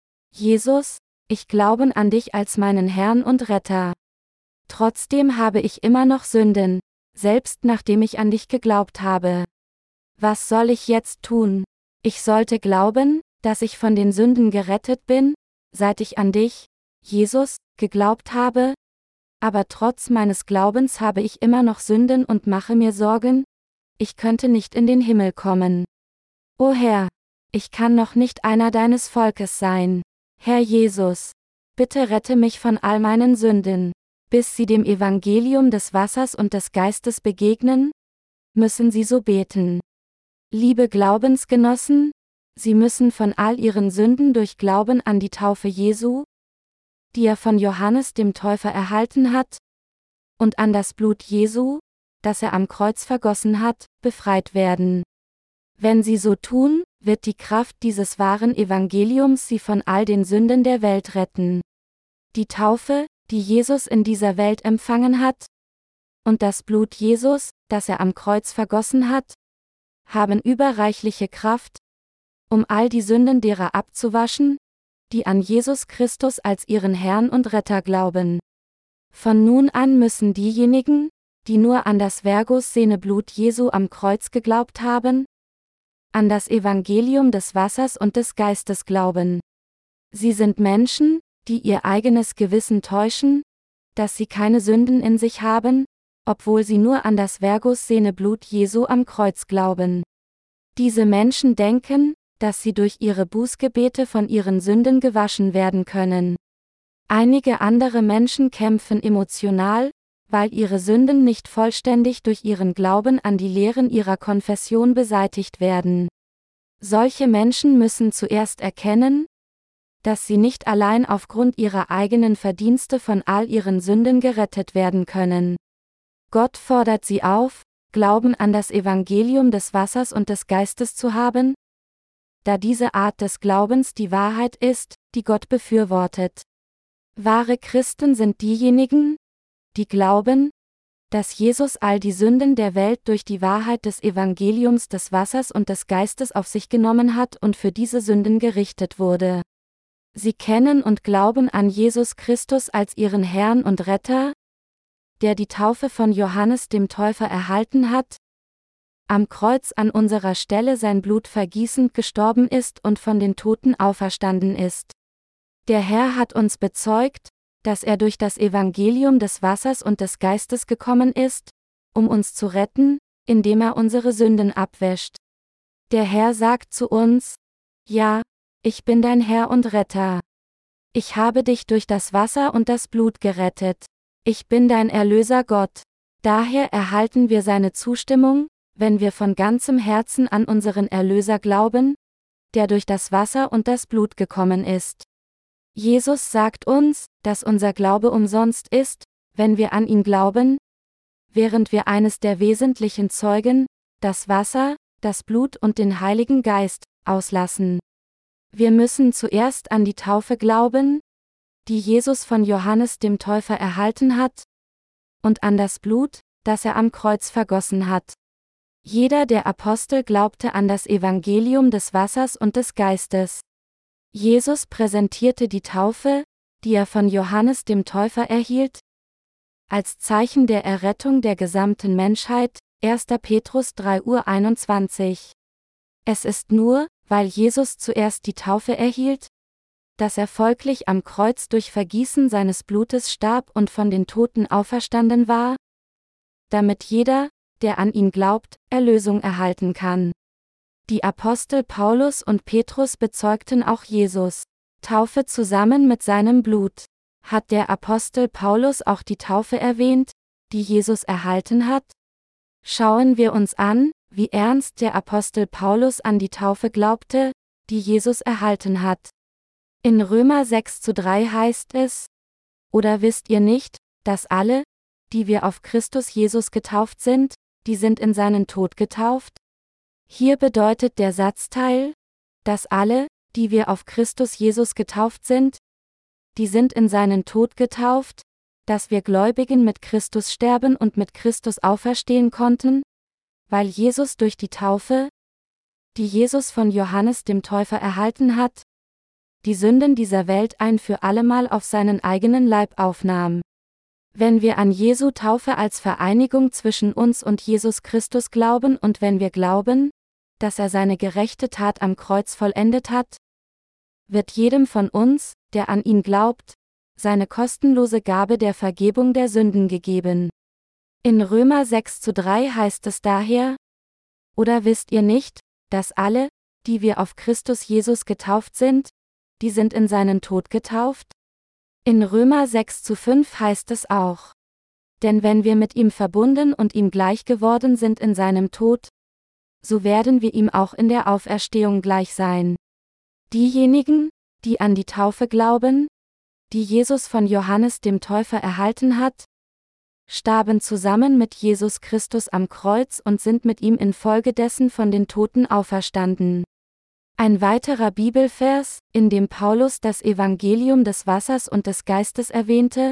Jesus, ich glaube an dich als meinen Herrn und Retter. Trotzdem habe ich immer noch Sünden, selbst nachdem ich an dich geglaubt habe. Was soll ich jetzt tun? Ich sollte glauben, dass ich von den Sünden gerettet bin, seit ich an dich, Jesus, geglaubt habe? Aber trotz meines Glaubens habe ich immer noch Sünden und mache mir Sorgen, ich könnte nicht in den Himmel kommen. O Herr, ich kann noch nicht einer deines Volkes sein. Herr Jesus, bitte rette mich von all meinen Sünden. Bis sie dem Evangelium des Wassers und des Geistes begegnen, müssen sie so beten. Liebe Glaubensgenossen, Sie müssen von all ihren Sünden durch Glauben an die Taufe Jesu, die er von Johannes dem Täufer erhalten hat, und an das Blut Jesu, das er am Kreuz vergossen hat, befreit werden. Wenn sie so tun, wird die Kraft dieses wahren Evangeliums sie von all den Sünden der Welt retten. Die Taufe, die Jesus in dieser Welt empfangen hat, und das Blut Jesus, das er am Kreuz vergossen hat, haben überreichliche Kraft, um all die Sünden derer abzuwaschen, die an Jesus Christus als ihren Herrn und Retter glauben. Von nun an müssen diejenigen, die nur an das vergossene Blut Jesu am Kreuz geglaubt haben, an das Evangelium des Wassers und des Geistes glauben. Sie sind Menschen, die ihr eigenes Gewissen täuschen, dass sie keine Sünden in sich haben, obwohl sie nur an das vergossene Blut Jesu am Kreuz glauben. Diese Menschen denken, dass sie durch ihre Bußgebete von ihren Sünden gewaschen werden können. Einige andere Menschen kämpfen emotional, weil ihre Sünden nicht vollständig durch ihren Glauben an die Lehren ihrer Konfession beseitigt werden. Solche Menschen müssen zuerst erkennen, dass sie nicht allein aufgrund ihrer eigenen Verdienste von all ihren Sünden gerettet werden können. Gott fordert sie auf, Glauben an das Evangelium des Wassers und des Geistes zu haben, da diese Art des Glaubens die Wahrheit ist, die Gott befürwortet. Wahre Christen sind diejenigen, die glauben, dass Jesus all die Sünden der Welt durch die Wahrheit des Evangeliums des Wassers und des Geistes auf sich genommen hat und für diese Sünden gerichtet wurde. Sie kennen und glauben an Jesus Christus als ihren Herrn und Retter, der die Taufe von Johannes dem Täufer erhalten hat, am Kreuz an unserer Stelle sein Blut vergießend gestorben ist und von den Toten auferstanden ist. Der Herr hat uns bezeugt, dass er durch das Evangelium des Wassers und des Geistes gekommen ist, um uns zu retten, indem er unsere Sünden abwäscht. Der Herr sagt zu uns: Ja, ich bin dein Herr und Retter. Ich habe dich durch das Wasser und das Blut gerettet. Ich bin dein Erlöser Gott. Daher erhalten wir seine Zustimmung, wenn wir von ganzem Herzen an unseren Erlöser glauben, der durch das Wasser und das Blut gekommen ist. Jesus sagt uns, dass unser Glaube umsonst ist, wenn wir an ihn glauben, während wir eines der wesentlichen Zeugen, das Wasser, das Blut und den Heiligen Geist, auslassen. Wir müssen zuerst an die Taufe glauben, die Jesus von Johannes dem Täufer erhalten hat, und an das Blut, das er am Kreuz vergossen hat. Jeder der Apostel glaubte an das Evangelium des Wassers und des Geistes. Jesus präsentierte die Taufe, die er von Johannes dem Täufer erhielt, als Zeichen der Errettung der gesamten Menschheit, erster Petrus drei einundzwanzig. Es ist nur, weil Jesus zuerst die Taufe erhielt, dass er folglich am Kreuz durch Vergießen seines Blutes starb und von den Toten auferstanden war, damit jeder, der an ihn glaubt, Erlösung erhalten kann. Die Apostel Paulus und Petrus bezeugten auch Jesus' Taufe zusammen mit seinem Blut. Hat der Apostel Paulus auch die Taufe erwähnt, die Jesus erhalten hat? Schauen wir uns an, wie ernst der Apostel Paulus an die Taufe glaubte, die Jesus erhalten hat. In Römer sechs zu drei heißt es: Oder wisst ihr nicht, dass alle, die wir auf Christus Jesus getauft sind, die sind in seinen Tod getauft? Hier bedeutet der Satzteil, dass alle, die wir auf Christus Jesus getauft sind, die sind in seinen Tod getauft, dass wir Gläubigen mit Christus sterben und mit Christus auferstehen konnten, weil Jesus durch die Taufe, die Jesus von Johannes dem Täufer erhalten hat, die Sünden dieser Welt ein für allemal auf seinen eigenen Leib aufnahm. Wenn wir an Jesu Taufe als Vereinigung zwischen uns und Jesus Christus glauben und wenn wir glauben, dass er seine gerechte Tat am Kreuz vollendet hat, wird jedem von uns, der an ihn glaubt, seine kostenlose Gabe der Vergebung der Sünden gegeben. In Römer sechs zu drei heißt es daher: Oder wisst ihr nicht, dass alle, die wir auf Christus Jesus getauft sind, die sind in seinen Tod getauft? In Römer sechs zu fünf heißt es auch: Denn wenn wir mit ihm verbunden und ihm gleich geworden sind in seinem Tod, so werden wir ihm auch in der Auferstehung gleich sein. Diejenigen, die an die Taufe glauben, die Jesus von Johannes dem Täufer erhalten hat, starben zusammen mit Jesus Christus am Kreuz und sind mit ihm infolgedessen von den Toten auferstanden. Ein weiterer Bibelvers, in dem Paulus das Evangelium des Wassers und des Geistes erwähnte,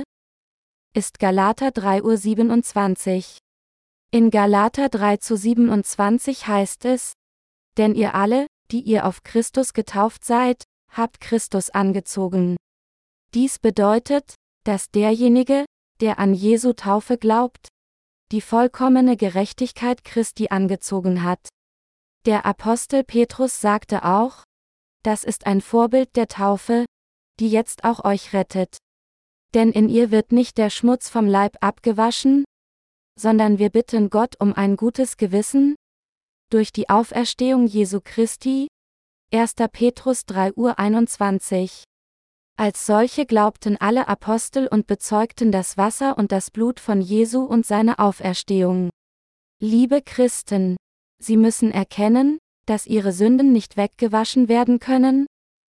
ist Galater drei siebenundzwanzig. In Galater drei zu siebenundzwanzig heißt es: Denn ihr alle, die ihr auf Christus getauft seid, habt Christus angezogen. Dies bedeutet, dass derjenige, der an Jesu Taufe glaubt, die vollkommene Gerechtigkeit Christi angezogen hat. Der Apostel Petrus sagte auch: Das ist ein Vorbild der Taufe, die jetzt auch euch rettet. Denn in ihr wird nicht der Schmutz vom Leib abgewaschen, sondern wir bitten Gott um ein gutes Gewissen, durch die Auferstehung Jesu Christi, erster Petrus drei einundzwanzig. Als solche glaubten alle Apostel und bezeugten das Wasser und das Blut von Jesu und seine Auferstehung. Liebe Christen, Sie müssen erkennen, dass Ihre Sünden nicht weggewaschen werden können,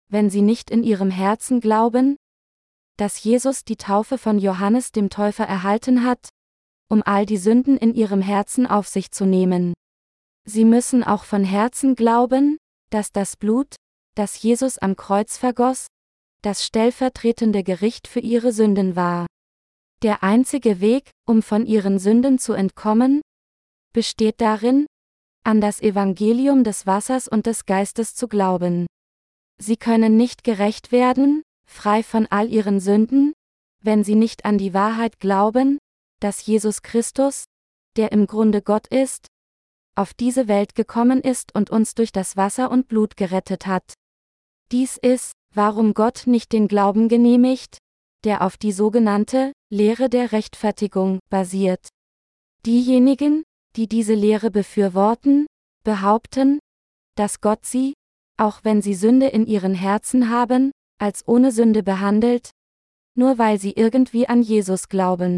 wenn sie nicht in ihrem Herzen glauben, dass Jesus die Taufe von Johannes dem Täufer erhalten hat, um all die Sünden in ihrem Herzen auf sich zu nehmen. Sie müssen auch von Herzen glauben, dass das Blut, das Jesus am Kreuz vergoss, das stellvertretende Gericht für ihre Sünden war. Der einzige Weg, um von ihren Sünden zu entkommen, besteht darin, an das Evangelium des Wassers und des Geistes zu glauben. Sie können nicht gerecht werden, frei von all ihren Sünden, wenn sie nicht an die Wahrheit glauben, dass Jesus Christus, der im Grunde Gott ist, auf diese Welt gekommen ist und uns durch das Wasser und Blut gerettet hat. Dies ist, warum Gott nicht den Glauben genehmigt, der auf die sogenannte Lehre der Rechtfertigung basiert. Diejenigen, die diese Lehre befürworten, behaupten, dass Gott sie, auch wenn sie Sünde in ihren Herzen haben, als ohne Sünde behandelt, nur weil sie irgendwie an Jesus glauben.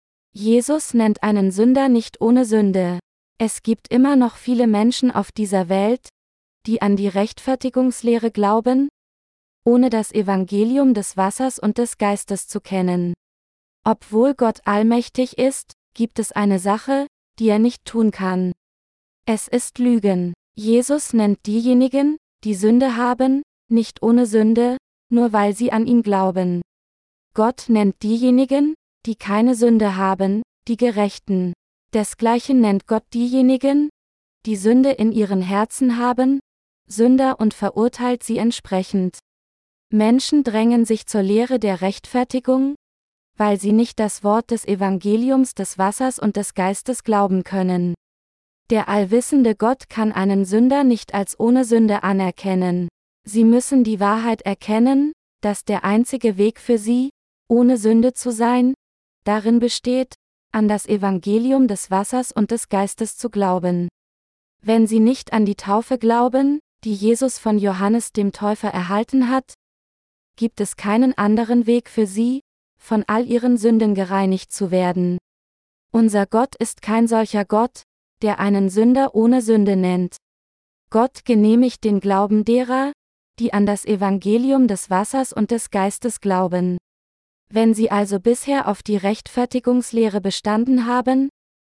Jesus nennt einen Sünder nicht ohne Sünde. Es gibt immer noch viele Menschen auf dieser Welt, die an die Rechtfertigungslehre glauben, ohne das Evangelium des Wassers und des Geistes zu kennen. Obwohl Gott allmächtig ist, gibt es eine Sache, die er nicht tun kann. Es ist Lügen. Jesus nennt diejenigen, die Sünde haben, nicht ohne Sünde, nur weil sie an ihn glauben. Gott nennt diejenigen, die keine Sünde haben, die Gerechten. Desgleichen nennt Gott diejenigen, die Sünde in ihren Herzen haben, Sünder und verurteilt sie entsprechend. Menschen drängen sich zur Lehre der Rechtfertigung, weil sie nicht das Wort des Evangeliums des Wassers und des Geistes glauben können. Der allwissende Gott kann einen Sünder nicht als ohne Sünde anerkennen. Sie müssen die Wahrheit erkennen, dass der einzige Weg für sie, ohne Sünde zu sein, darin besteht, an das Evangelium des Wassers und des Geistes zu glauben. Wenn sie nicht an die Taufe glauben, die Jesus von Johannes dem Täufer erhalten hat, gibt es keinen anderen Weg für sie, von all ihren Sünden gereinigt zu werden. Unser Gott ist kein solcher Gott, der einen Sünder ohne Sünde nennt. Gott genehmigt den Glauben derer, die an das Evangelium des Wassers und des Geistes glauben. Wenn sie also bisher auf die Rechtfertigungslehre bestanden haben,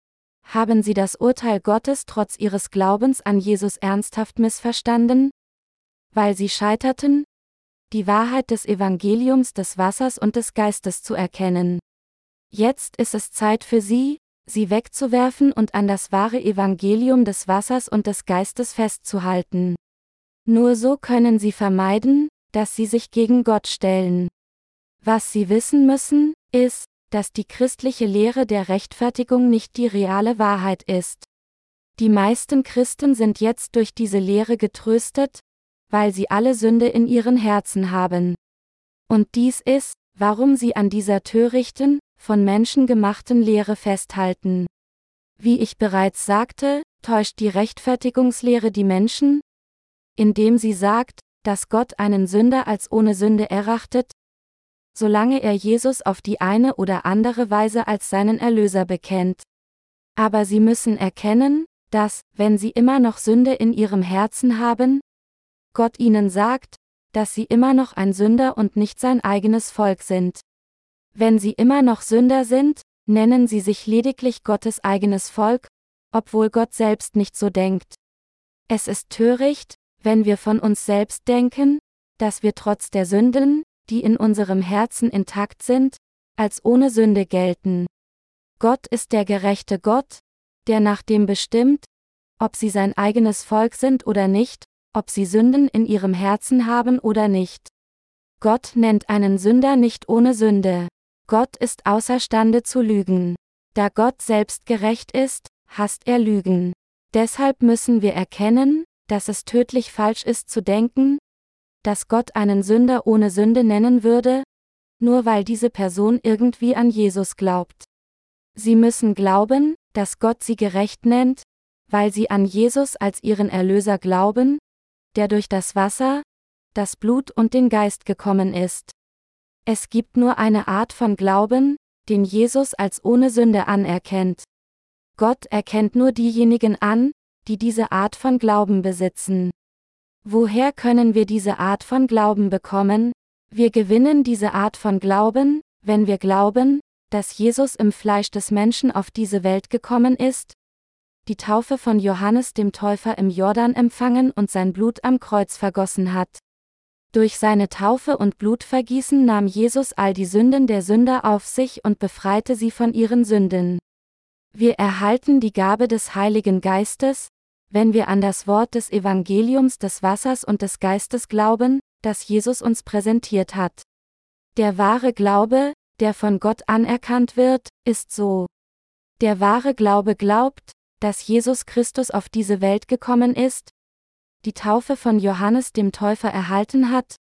haben sie das Urteil Gottes trotz ihres Glaubens an Jesus ernsthaft missverstanden, weil sie scheiterten, die Wahrheit des Evangeliums des Wassers und des Geistes zu erkennen. Jetzt ist es Zeit für sie, sie wegzuwerfen und an das wahre Evangelium des Wassers und des Geistes festzuhalten. Nur so können sie vermeiden, dass sie sich gegen Gott stellen. Was sie wissen müssen, ist, dass die christliche Lehre der Rechtfertigung nicht die reale Wahrheit ist. Die meisten Christen sind jetzt durch diese Lehre getröstet, weil sie alle Sünde in ihren Herzen haben. Und dies ist, warum sie an dieser törichten, von Menschen gemachten Lehre festhalten. Wie ich bereits sagte, täuscht die Rechtfertigungslehre die Menschen, indem sie sagt, dass Gott einen Sünder als ohne Sünde erachtet, solange er Jesus auf die eine oder andere Weise als seinen Erlöser bekennt. Aber sie müssen erkennen, dass, wenn sie immer noch Sünde in ihrem Herzen haben, Gott ihnen sagt, dass sie immer noch ein Sünder und nicht sein eigenes Volk sind. Wenn sie immer noch Sünder sind, nennen sie sich lediglich Gottes eigenes Volk, obwohl Gott selbst nicht so denkt. Es ist töricht, wenn wir von uns selbst denken, dass wir trotz der Sünden, die in unserem Herzen intakt sind, als ohne Sünde gelten. Gott ist der gerechte Gott, der nach dem bestimmt, ob sie sein eigenes Volk sind oder nicht, ob sie Sünden in ihrem Herzen haben oder nicht. Gott nennt einen Sünder nicht ohne Sünde. Gott ist außerstande zu lügen. Da Gott selbst gerecht ist, hasst er Lügen. Deshalb müssen wir erkennen, dass es tödlich falsch ist zu denken, dass Gott einen Sünder ohne Sünde nennen würde, nur weil diese Person irgendwie an Jesus glaubt. Sie müssen glauben, dass Gott sie gerecht nennt, weil sie an Jesus als ihren Erlöser glauben, der durch das Wasser, das Blut und den Geist gekommen ist. Es gibt nur eine Art von Glauben, den Jesus als ohne Sünde anerkennt. Gott erkennt nur diejenigen an, die diese Art von Glauben besitzen. Woher können wir diese Art von Glauben bekommen? Wir gewinnen diese Art von Glauben, wenn wir glauben, dass Jesus im Fleisch des Menschen auf diese Welt gekommen ist, die Taufe von Johannes dem Täufer im Jordan empfangen und sein Blut am Kreuz vergossen hat. Durch seine Taufe und Blutvergießen nahm Jesus all die Sünden der Sünder auf sich und befreite sie von ihren Sünden. Wir erhalten die Gabe des Heiligen Geistes, wenn wir an das Wort des Evangeliums des Wassers und des Geistes glauben, das Jesus uns präsentiert hat. Der wahre Glaube, der von Gott anerkannt wird, ist so. Der wahre Glaube glaubt, dass Jesus Christus auf diese Welt gekommen ist, die Taufe von Johannes dem Täufer erhalten hat,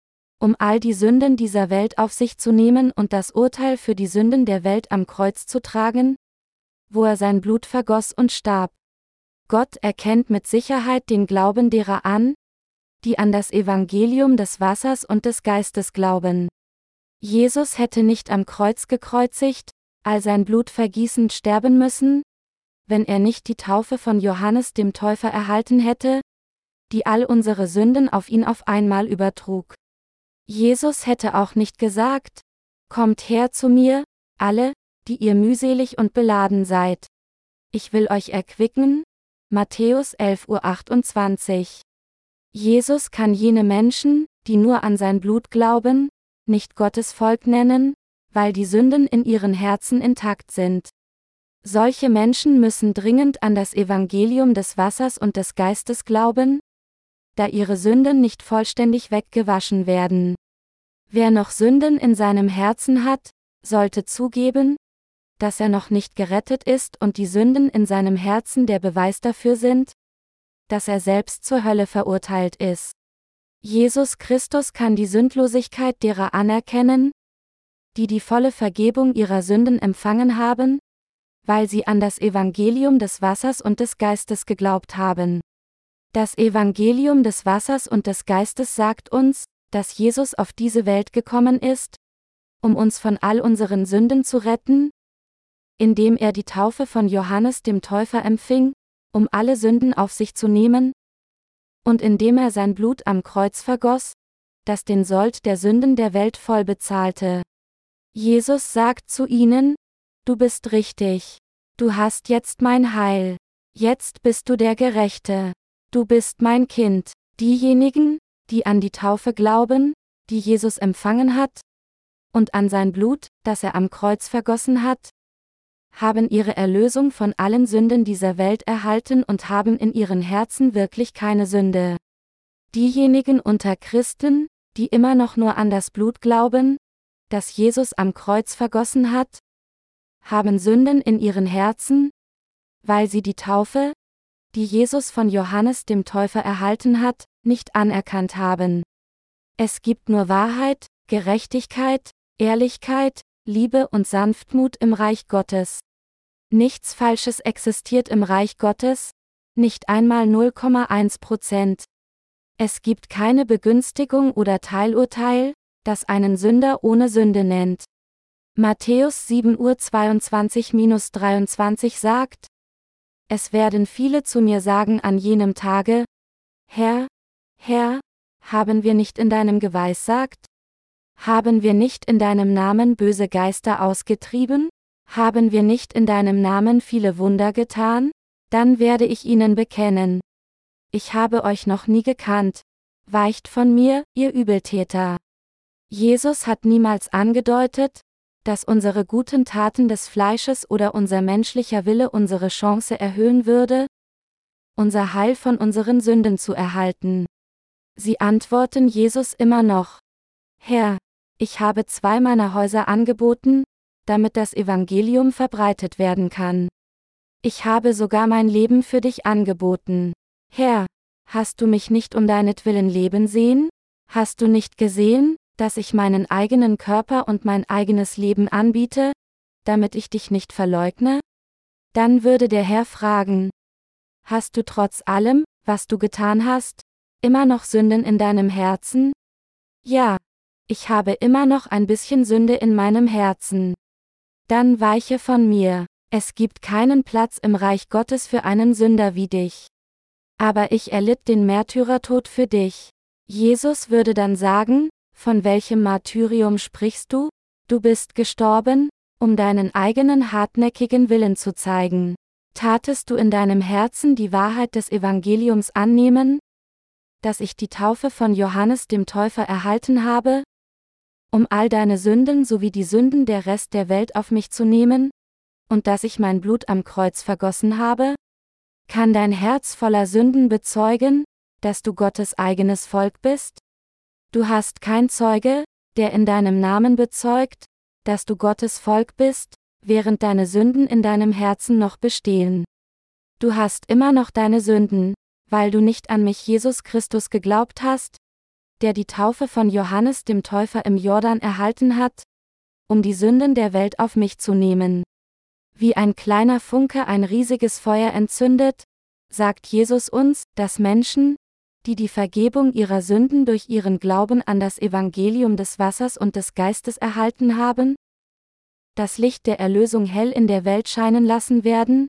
um all die Sünden dieser Welt auf sich zu nehmen und das Urteil für die Sünden der Welt am Kreuz zu tragen, wo er sein Blut vergoss und starb. Gott erkennt mit Sicherheit den Glauben derer an, die an das Evangelium des Wassers und des Geistes glauben. Jesus hätte nicht am Kreuz gekreuzigt, all sein Blut vergießend sterben müssen, wenn er nicht die Taufe von Johannes dem Täufer erhalten hätte, die all unsere Sünden auf ihn auf einmal übertrug. Jesus hätte auch nicht gesagt: Kommt her zu mir, alle, die ihr mühselig und beladen seid. Ich will euch erquicken. Matthäus elf Uhr achtundzwanzig. Jesus kann jene Menschen, die nur an sein Blut glauben, nicht Gottes Volk nennen, weil die Sünden in ihren Herzen intakt sind. Solche Menschen müssen dringend an das Evangelium des Wassers und des Geistes glauben, da ihre Sünden nicht vollständig weggewaschen werden. Wer noch Sünden in seinem Herzen hat, sollte zugeben, dass er noch nicht gerettet ist und die Sünden in seinem Herzen der Beweis dafür sind, dass er selbst zur Hölle verurteilt ist. Jesus Christus kann die Sündlosigkeit derer anerkennen, die die volle Vergebung ihrer Sünden empfangen haben, weil sie an das Evangelium des Wassers und des Geistes geglaubt haben. Das Evangelium des Wassers und des Geistes sagt uns, dass Jesus auf diese Welt gekommen ist, um uns von all unseren Sünden zu retten, indem er die Taufe von Johannes dem Täufer empfing, um alle Sünden auf sich zu nehmen, und indem er sein Blut am Kreuz vergoss, das den Sold der Sünden der Welt voll bezahlte. Jesus sagt zu ihnen: Du bist richtig. Du hast jetzt mein Heil. Jetzt bist du der Gerechte. Du bist mein Kind. Diejenigen, die an die Taufe glauben, die Jesus empfangen hat, und an sein Blut, das er am Kreuz vergossen hat, haben ihre Erlösung von allen Sünden dieser Welt erhalten und haben in ihren Herzen wirklich keine Sünde. Diejenigen unter Christen, die immer noch nur an das Blut glauben, das Jesus am Kreuz vergossen hat, haben Sünden in ihren Herzen, weil sie die Taufe, die Jesus von Johannes dem Täufer erhalten hat, nicht anerkannt haben. Es gibt nur Wahrheit, Gerechtigkeit, Ehrlichkeit, Liebe und Sanftmut im Reich Gottes. Nichts Falsches existiert im Reich Gottes, nicht einmal null Komma eins Prozent. Es gibt keine Begünstigung oder Teilurteil, das einen Sünder ohne Sünde nennt. Matthäus sieben Uhr zweiundzwanzig bis dreiundzwanzig sagt: Es werden viele zu mir sagen an jenem Tage: Herr, Herr, haben wir nicht in deinem Geweissagt? Haben wir nicht in deinem Namen böse Geister ausgetrieben? Haben wir nicht in deinem Namen viele Wunder getan? Dann werde ich ihnen bekennen: Ich habe euch noch nie gekannt. Weicht von mir, ihr Übeltäter. Jesus hat niemals angedeutet, dass unsere guten Taten des Fleisches oder unser menschlicher Wille unsere Chance erhöhen würde, unser Heil von unseren Sünden zu erhalten. Sie antworten Jesus immer noch: Herr, ich habe zwei meiner Häuser angeboten, damit das Evangelium verbreitet werden kann. Ich habe sogar mein Leben für dich angeboten. Herr, hast du mich nicht um deinetwillen leben sehen? Hast du nicht gesehen, dass ich meinen eigenen Körper und mein eigenes Leben anbiete, damit ich dich nicht verleugne? Dann würde der Herr fragen: Hast du trotz allem, was du getan hast, immer noch Sünden in deinem Herzen? Ja, ich habe immer noch ein bisschen Sünde in meinem Herzen. Dann weiche von mir. Es gibt keinen Platz im Reich Gottes für einen Sünder wie dich. Aber ich erlitt den Märtyrertod für dich. Jesus würde dann sagen, von welchem Martyrium sprichst du? Du bist gestorben, um deinen eigenen hartnäckigen Willen zu zeigen. Tatest du in deinem Herzen die Wahrheit des Evangeliums annehmen, dass ich die Taufe von Johannes dem Täufer erhalten habe, um all deine Sünden sowie die Sünden der Rest der Welt auf mich zu nehmen, und dass ich mein Blut am Kreuz vergossen habe? Kann dein Herz voller Sünden bezeugen, dass du Gottes eigenes Volk bist? Du hast kein Zeuge, der in deinem Namen bezeugt, dass du Gottes Volk bist, während deine Sünden in deinem Herzen noch bestehen. Du hast immer noch deine Sünden, weil du nicht an mich Jesus Christus geglaubt hast, der die Taufe von Johannes dem Täufer im Jordan erhalten hat, um die Sünden der Welt auf mich zu nehmen. Wie ein kleiner Funke ein riesiges Feuer entzündet, sagt Jesus uns, dass Menschen, die die Vergebung ihrer Sünden durch ihren Glauben an das Evangelium des Wassers und des Geistes erhalten haben, das Licht der Erlösung hell in der Welt scheinen lassen werden,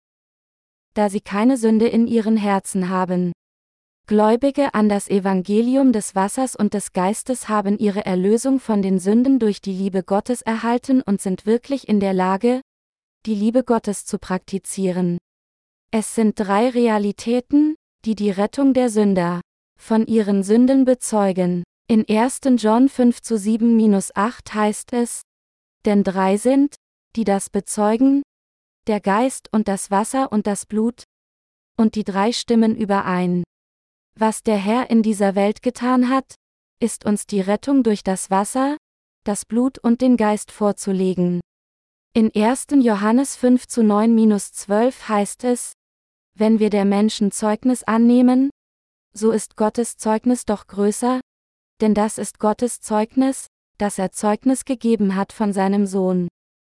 da sie keine Sünde in ihren Herzen haben. Gläubige an das Evangelium des Wassers und des Geistes haben ihre Erlösung von den Sünden durch die Liebe Gottes erhalten und sind wirklich in der Lage, die Liebe Gottes zu praktizieren. Es sind drei Realitäten, die die Rettung der Sünder von ihren Sünden bezeugen. In ersten Johannes fünf zu sieben bis acht heißt es, denn drei sind, die das bezeugen, der Geist und das Wasser und das Blut, und die drei stimmen überein. Was der Herr in dieser Welt getan hat, ist uns die Rettung durch das Wasser, das Blut und den Geist vorzulegen. In ersten Johannes fünf zu neun bis zwölf heißt es, wenn wir der Menschen Zeugnis annehmen, so ist Gottes Zeugnis doch größer, denn das ist Gottes Zeugnis, dass er Zeugnis gegeben hat von seinem Sohn.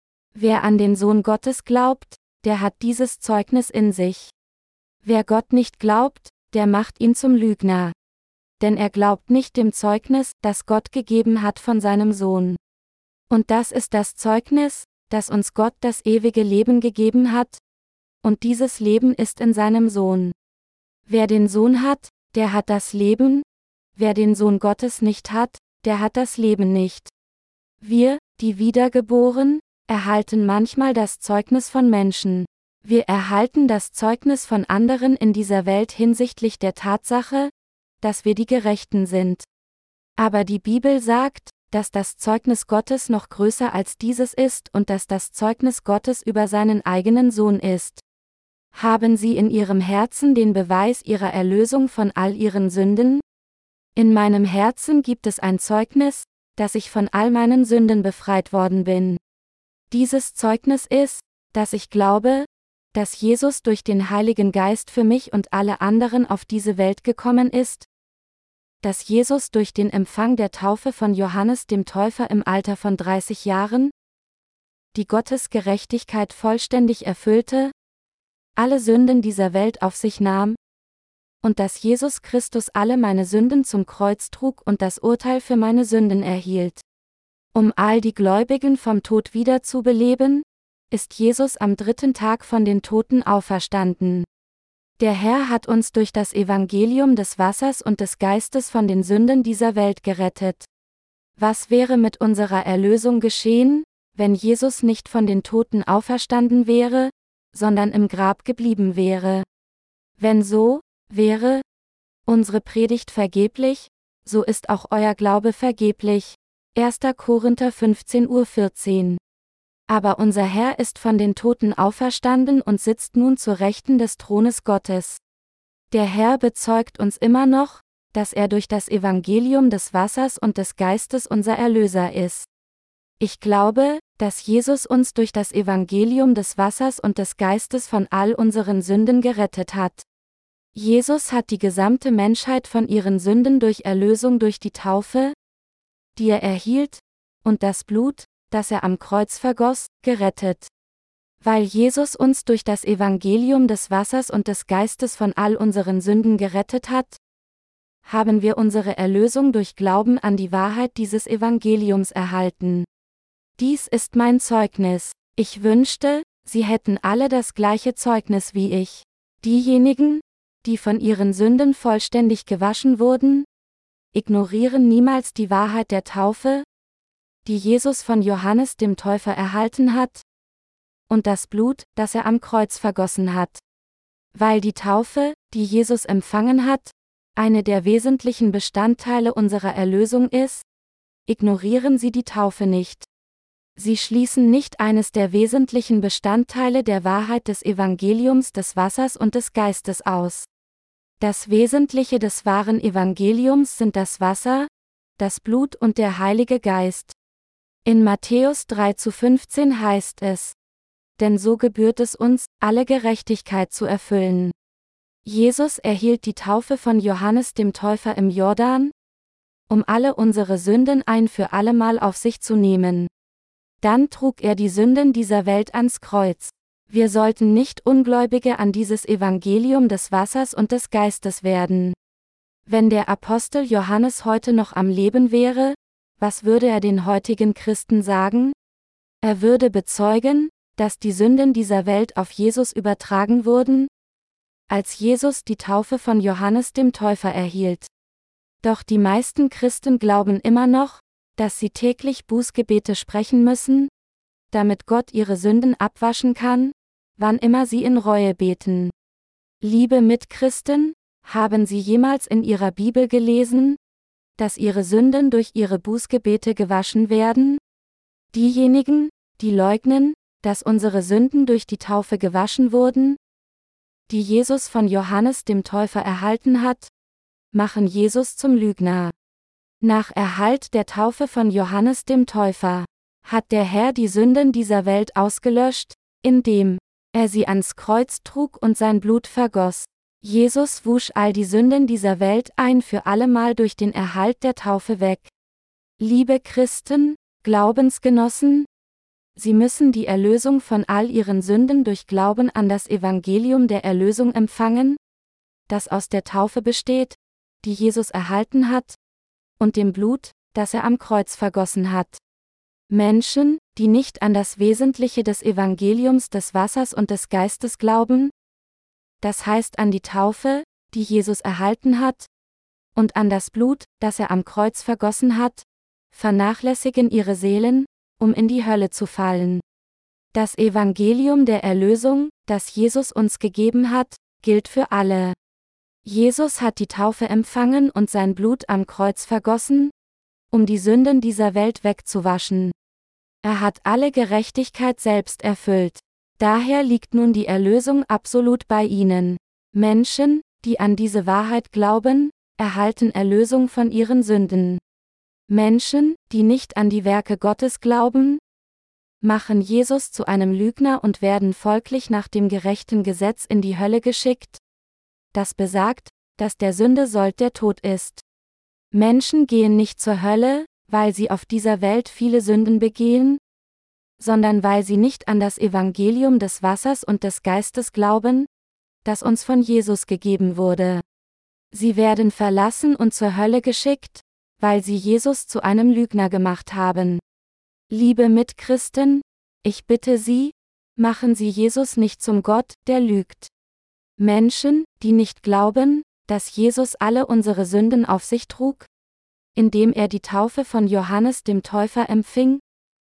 Wer an den Sohn Gottes glaubt, der hat dieses Zeugnis in sich. Wer Gott nicht glaubt, der macht ihn zum Lügner. Denn er glaubt nicht dem Zeugnis, das Gott gegeben hat von seinem Sohn. Und das ist das Zeugnis, dass uns Gott das ewige Leben gegeben hat, und dieses Leben ist in seinem Sohn. Wer den Sohn hat, der hat das Leben, wer den Sohn Gottes nicht hat, der hat das Leben nicht. Wir, die wiedergeboren, erhalten manchmal das Zeugnis von Menschen. Wir erhalten das Zeugnis von anderen in dieser Welt hinsichtlich der Tatsache, dass wir die Gerechten sind. Aber die Bibel sagt, dass das Zeugnis Gottes noch größer als dieses ist und dass das Zeugnis Gottes über seinen eigenen Sohn ist. Haben Sie in Ihrem Herzen den Beweis Ihrer Erlösung von all Ihren Sünden? In meinem Herzen gibt es ein Zeugnis, dass ich von all meinen Sünden befreit worden bin. Dieses Zeugnis ist, dass ich glaube, dass Jesus durch den Heiligen Geist für mich und alle anderen auf diese Welt gekommen ist, dass Jesus durch den Empfang der Taufe von Johannes dem Täufer im Alter von dreißig Jahren, die Gottes Gerechtigkeit vollständig erfüllte, alle Sünden dieser Welt auf sich nahm, und dass Jesus Christus alle meine Sünden zum Kreuz trug und das Urteil für meine Sünden erhielt. Um all die Gläubigen vom Tod wiederzubeleben, ist Jesus am dritten Tag von den Toten auferstanden. Der Herr hat uns durch das Evangelium des Wassers und des Geistes von den Sünden dieser Welt gerettet. Was wäre mit unserer Erlösung geschehen, wenn Jesus nicht von den Toten auferstanden wäre, sondern im Grab geblieben wäre? Wenn so wäre unsere Predigt vergeblich, so ist auch euer Glaube vergeblich. erster Korinther fünfzehn Uhr vierzehn. Aber unser Herr ist von den Toten auferstanden und sitzt nun zur Rechten des Thrones Gottes. Der Herr bezeugt uns immer noch, dass er durch das Evangelium des Wassers und des Geistes unser Erlöser ist. Ich glaube, dass Jesus uns durch das Evangelium des Wassers und des Geistes von all unseren Sünden gerettet hat. Jesus hat die gesamte Menschheit von ihren Sünden durch Erlösung durch die Taufe, die er erhielt, und das Blut, das er am Kreuz vergoss, gerettet. Weil Jesus uns durch das Evangelium des Wassers und des Geistes von all unseren Sünden gerettet hat, haben wir unsere Erlösung durch Glauben an die Wahrheit dieses Evangeliums erhalten. Dies ist mein Zeugnis. Ich wünschte, Sie hätten alle das gleiche Zeugnis wie ich. Diejenigen, die von ihren Sünden vollständig gewaschen wurden, ignorieren niemals die Wahrheit der Taufe, die Jesus von Johannes dem Täufer erhalten hat, und das Blut, das er am Kreuz vergossen hat. Weil die Taufe, die Jesus empfangen hat, eine der wesentlichen Bestandteile unserer Erlösung ist, ignorieren sie die Taufe nicht. Sie schließen nicht eines der wesentlichen Bestandteile der Wahrheit des Evangeliums des Wassers und des Geistes aus. Das Wesentliche des wahren Evangeliums sind das Wasser, das Blut und der Heilige Geist. In Matthäus drei zu fünfzehn heißt es: Denn so gebührt es uns, alle Gerechtigkeit zu erfüllen. Jesus erhielt die Taufe von Johannes dem Täufer im Jordan, um alle unsere Sünden ein für allemal auf sich zu nehmen. Dann trug er die Sünden dieser Welt ans Kreuz. Wir sollten nicht Ungläubige an dieses Evangelium des Wassers und des Geistes werden. Wenn der Apostel Johannes heute noch am Leben wäre, was würde er den heutigen Christen sagen? Er würde bezeugen, dass die Sünden dieser Welt auf Jesus übertragen wurden, als Jesus die Taufe von Johannes dem Täufer erhielt. Doch die meisten Christen glauben immer noch, dass sie täglich Bußgebete sprechen müssen, damit Gott ihre Sünden abwaschen kann, wann immer sie in Reue beten. Liebe Mitchristen, haben Sie jemals in Ihrer Bibel gelesen, dass Ihre Sünden durch Ihre Bußgebete gewaschen werden? Diejenigen, die leugnen, dass unsere Sünden durch die Taufe gewaschen wurden, die Jesus von Johannes dem Täufer erhalten hat, machen Jesus zum Lügner. Nach Erhalt der Taufe von Johannes dem Täufer hat der Herr die Sünden dieser Welt ausgelöscht, indem er sie ans Kreuz trug und sein Blut vergoss. Jesus wusch all die Sünden dieser Welt ein für allemal durch den Erhalt der Taufe weg. Liebe Christen, Glaubensgenossen, Sie müssen die Erlösung von all ihren Sünden durch Glauben an das Evangelium der Erlösung empfangen, das aus der Taufe besteht, die Jesus erhalten hat, und dem Blut, das er am Kreuz vergossen hat. Menschen, die nicht an das Wesentliche des Evangeliums des Wassers und des Geistes glauben, das heißt an die Taufe, die Jesus erhalten hat, und an das Blut, das er am Kreuz vergossen hat, vernachlässigen ihre Seelen, um in die Hölle zu fallen. Das Evangelium der Erlösung, das Jesus uns gegeben hat, gilt für alle. Jesus hat die Taufe empfangen und sein Blut am Kreuz vergossen, um die Sünden dieser Welt wegzuwaschen. Er hat alle Gerechtigkeit selbst erfüllt. Daher liegt nun die Erlösung absolut bei ihnen. Menschen, die an diese Wahrheit glauben, erhalten Erlösung von ihren Sünden. Menschen, die nicht an die Werke Gottes glauben, machen Jesus zu einem Lügner und werden folglich nach dem gerechten Gesetz in die Hölle geschickt, das besagt, dass der Sündesold der Tod ist. Menschen gehen nicht zur Hölle, weil sie auf dieser Welt viele Sünden begehen, sondern weil sie nicht an das Evangelium des Wassers und des Geistes glauben, das uns von Jesus gegeben wurde. Sie werden verlassen und zur Hölle geschickt, weil sie Jesus zu einem Lügner gemacht haben. Liebe Mitchristen, ich bitte Sie, machen Sie Jesus nicht zum Gott, der lügt. Menschen, die nicht glauben, dass Jesus alle unsere Sünden auf sich trug, indem er die Taufe von Johannes dem Täufer empfing,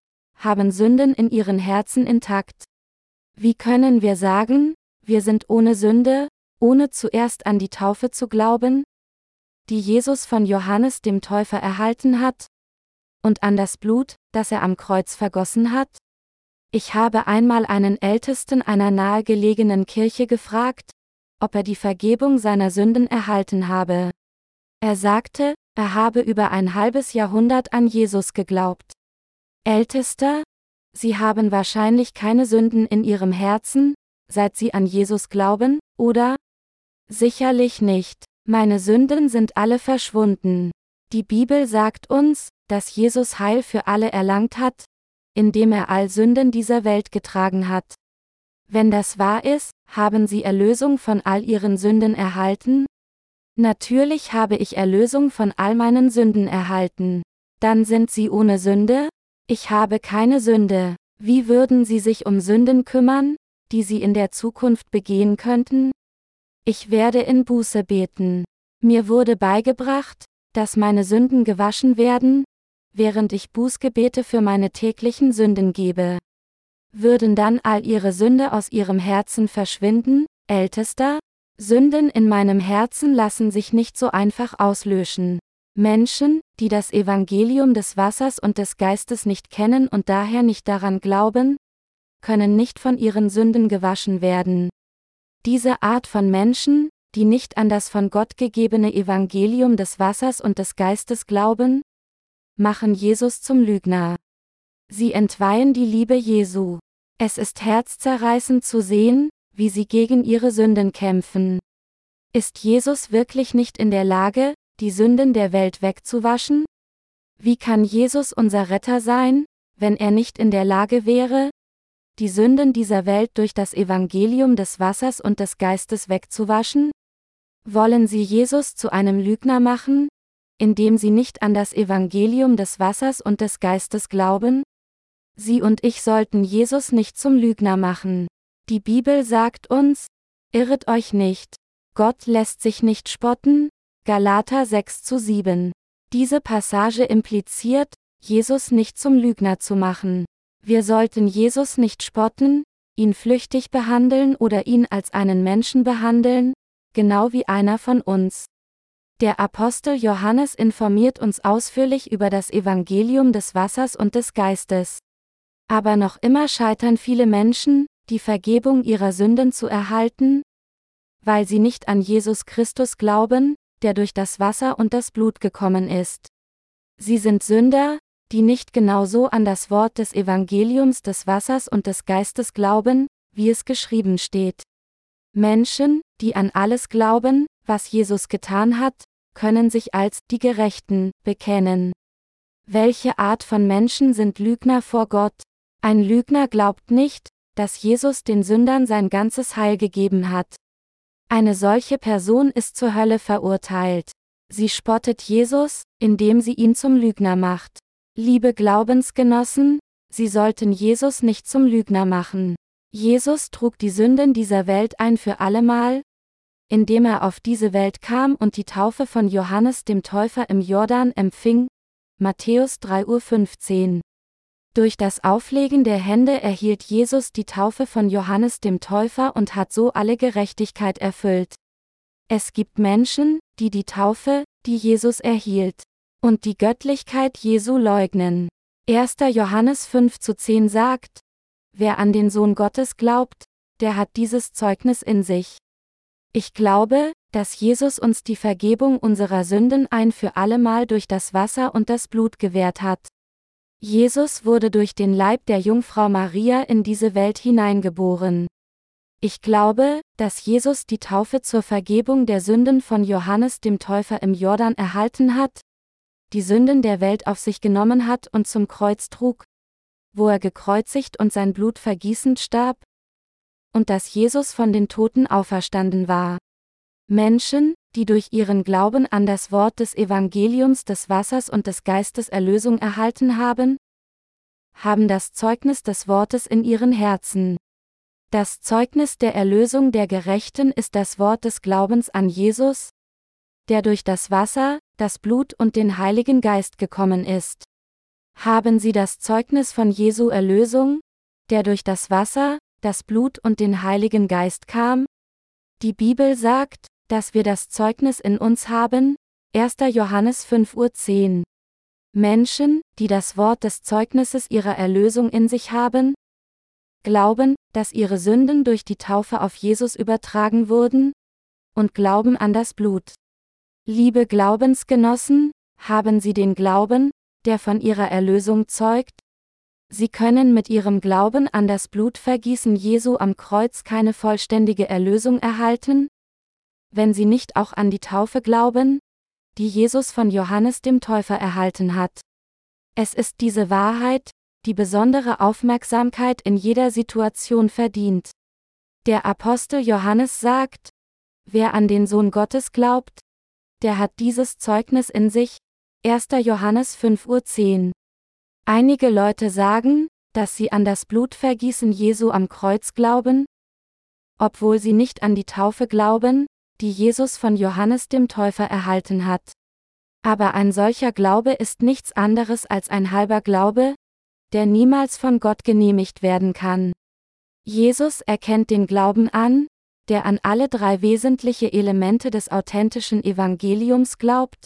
haben Sünden in ihren Herzen intakt. Wie können wir sagen, wir sind ohne Sünde, ohne zuerst an die Taufe zu glauben, die Jesus von Johannes dem Täufer erhalten hat, und an das Blut, das er am Kreuz vergossen hat? Ich habe einmal einen Ältesten einer nahegelegenen Kirche gefragt, ob er die Vergebung seiner Sünden erhalten habe. Er sagte, er habe über ein halbes Jahrhundert an Jesus geglaubt. Ältester, Sie haben wahrscheinlich keine Sünden in Ihrem Herzen, seit Sie an Jesus glauben, oder? Sicherlich nicht. Meine Sünden sind alle verschwunden. Die Bibel sagt uns, dass Jesus Heil für alle erlangt hat, indem er all Sünden dieser Welt getragen hat. Wenn das wahr ist, haben Sie Erlösung von all Ihren Sünden erhalten? Natürlich habe ich Erlösung von all meinen Sünden erhalten. Dann sind Sie ohne Sünde? Ich habe keine Sünde. Wie würden Sie sich um Sünden kümmern, die Sie in der Zukunft begehen könnten? Ich werde in Buße beten. Mir wurde beigebracht, dass meine Sünden gewaschen werden, während ich Bußgebete für meine täglichen Sünden gebe. Würden dann all ihre Sünde aus ihrem Herzen verschwinden, Ältester? Sünden in meinem Herzen lassen sich nicht so einfach auslöschen. Menschen, die das Evangelium des Wassers und des Geistes nicht kennen und daher nicht daran glauben, können nicht von ihren Sünden gewaschen werden. Diese Art von Menschen, die nicht an das von Gott gegebene Evangelium des Wassers und des Geistes glauben, machen Jesus zum Lügner. Sie entweihen die Liebe Jesu. Es ist herzzerreißend zu sehen, wie sie gegen ihre Sünden kämpfen. Ist Jesus wirklich nicht in der Lage, die Sünden der Welt wegzuwaschen? Wie kann Jesus unser Retter sein, wenn er nicht in der Lage wäre, die Sünden dieser Welt durch das Evangelium des Wassers und des Geistes wegzuwaschen? Wollen Sie Jesus zu einem Lügner machen, indem Sie nicht an das Evangelium des Wassers und des Geistes glauben? Sie und ich sollten Jesus nicht zum Lügner machen. Die Bibel sagt uns, irret euch nicht. Gott lässt sich nicht spotten, Galater sechs zu sieben. Diese Passage impliziert, Jesus nicht zum Lügner zu machen. Wir sollten Jesus nicht spotten, ihn flüchtig behandeln oder ihn als einen Menschen behandeln, genau wie einer von uns. Der Apostel Johannes informiert uns ausführlich über das Evangelium des Wassers und des Geistes. Aber noch immer scheitern viele Menschen, die Vergebung ihrer Sünden zu erhalten, weil sie nicht an Jesus Christus glauben, der durch das Wasser und das Blut gekommen ist. Sie sind Sünder, die nicht genauso an das Wort des Evangeliums des Wassers und des Geistes glauben, wie es geschrieben steht. Menschen, die an alles glauben, was Jesus getan hat, können sich als die Gerechten bekennen. Welche Art von Menschen sind Lügner vor Gott? Ein Lügner glaubt nicht, dass Jesus den Sündern sein ganzes Heil gegeben hat. Eine solche Person ist zur Hölle verurteilt. Sie spottet Jesus, indem sie ihn zum Lügner macht. Liebe Glaubensgenossen, Sie sollten Jesus nicht zum Lügner machen. Jesus trug die Sünden dieser Welt ein für allemal, indem er auf diese Welt kam und die Taufe von Johannes dem Täufer im Jordan empfing, Matthäus drei Uhr fünfzehn. Durch das Auflegen der Hände erhielt Jesus die Taufe von Johannes dem Täufer und hat so alle Gerechtigkeit erfüllt. Es gibt Menschen, die die Taufe, die Jesus erhielt, und die Göttlichkeit Jesu leugnen. erster Johannes fünf zu zehn sagt, wer an den Sohn Gottes glaubt, der hat dieses Zeugnis in sich. Ich glaube, dass Jesus uns die Vergebung unserer Sünden ein für allemal durch das Wasser und das Blut gewährt hat. Jesus wurde durch den Leib der Jungfrau Maria in diese Welt hineingeboren. Ich glaube, dass Jesus die Taufe zur Vergebung der Sünden von Johannes dem Täufer im Jordan erhalten hat, die Sünden der Welt auf sich genommen hat und zum Kreuz trug, wo er gekreuzigt und sein Blut vergießend starb, und dass Jesus von den Toten auferstanden war. Menschen, die durch ihren Glauben an das Wort des Evangeliums des Wassers und des Geistes Erlösung erhalten haben, haben das Zeugnis des Wortes in ihren Herzen. Das Zeugnis der Erlösung der Gerechten ist das Wort des Glaubens an Jesus, der durch das Wasser, das Blut und den Heiligen Geist gekommen ist. Haben Sie das Zeugnis von Jesu Erlösung, der durch das Wasser, das Blut und den Heiligen Geist kam? Die Bibel sagt, dass wir das Zeugnis in uns haben, erster Johannes fünf Uhr zehn. Menschen, die das Wort des Zeugnisses ihrer Erlösung in sich haben, glauben, dass ihre Sünden durch die Taufe auf Jesus übertragen wurden, und glauben an das Blut. Liebe Glaubensgenossen, haben Sie den Glauben, der von ihrer Erlösung zeugt? Sie können mit ihrem Glauben an das Blutvergießen Jesu am Kreuz keine vollständige Erlösung erhalten, wenn sie nicht auch an die Taufe glauben, die Jesus von Johannes dem Täufer erhalten hat. Es ist diese Wahrheit, die besondere Aufmerksamkeit in jeder Situation verdient. Der Apostel Johannes sagt, wer an den Sohn Gottes glaubt, der hat dieses Zeugnis in sich, erster Johannes fünf Uhr zehn. Einige Leute sagen, dass sie an das Blutvergießen Jesu am Kreuz glauben, obwohl sie nicht an die Taufe glauben, die Jesus von Johannes dem Täufer erhalten hat. Aber ein solcher Glaube ist nichts anderes als ein halber Glaube, der niemals von Gott genehmigt werden kann. Jesus erkennt den Glauben an, der an alle drei wesentliche Elemente des authentischen Evangeliums glaubt: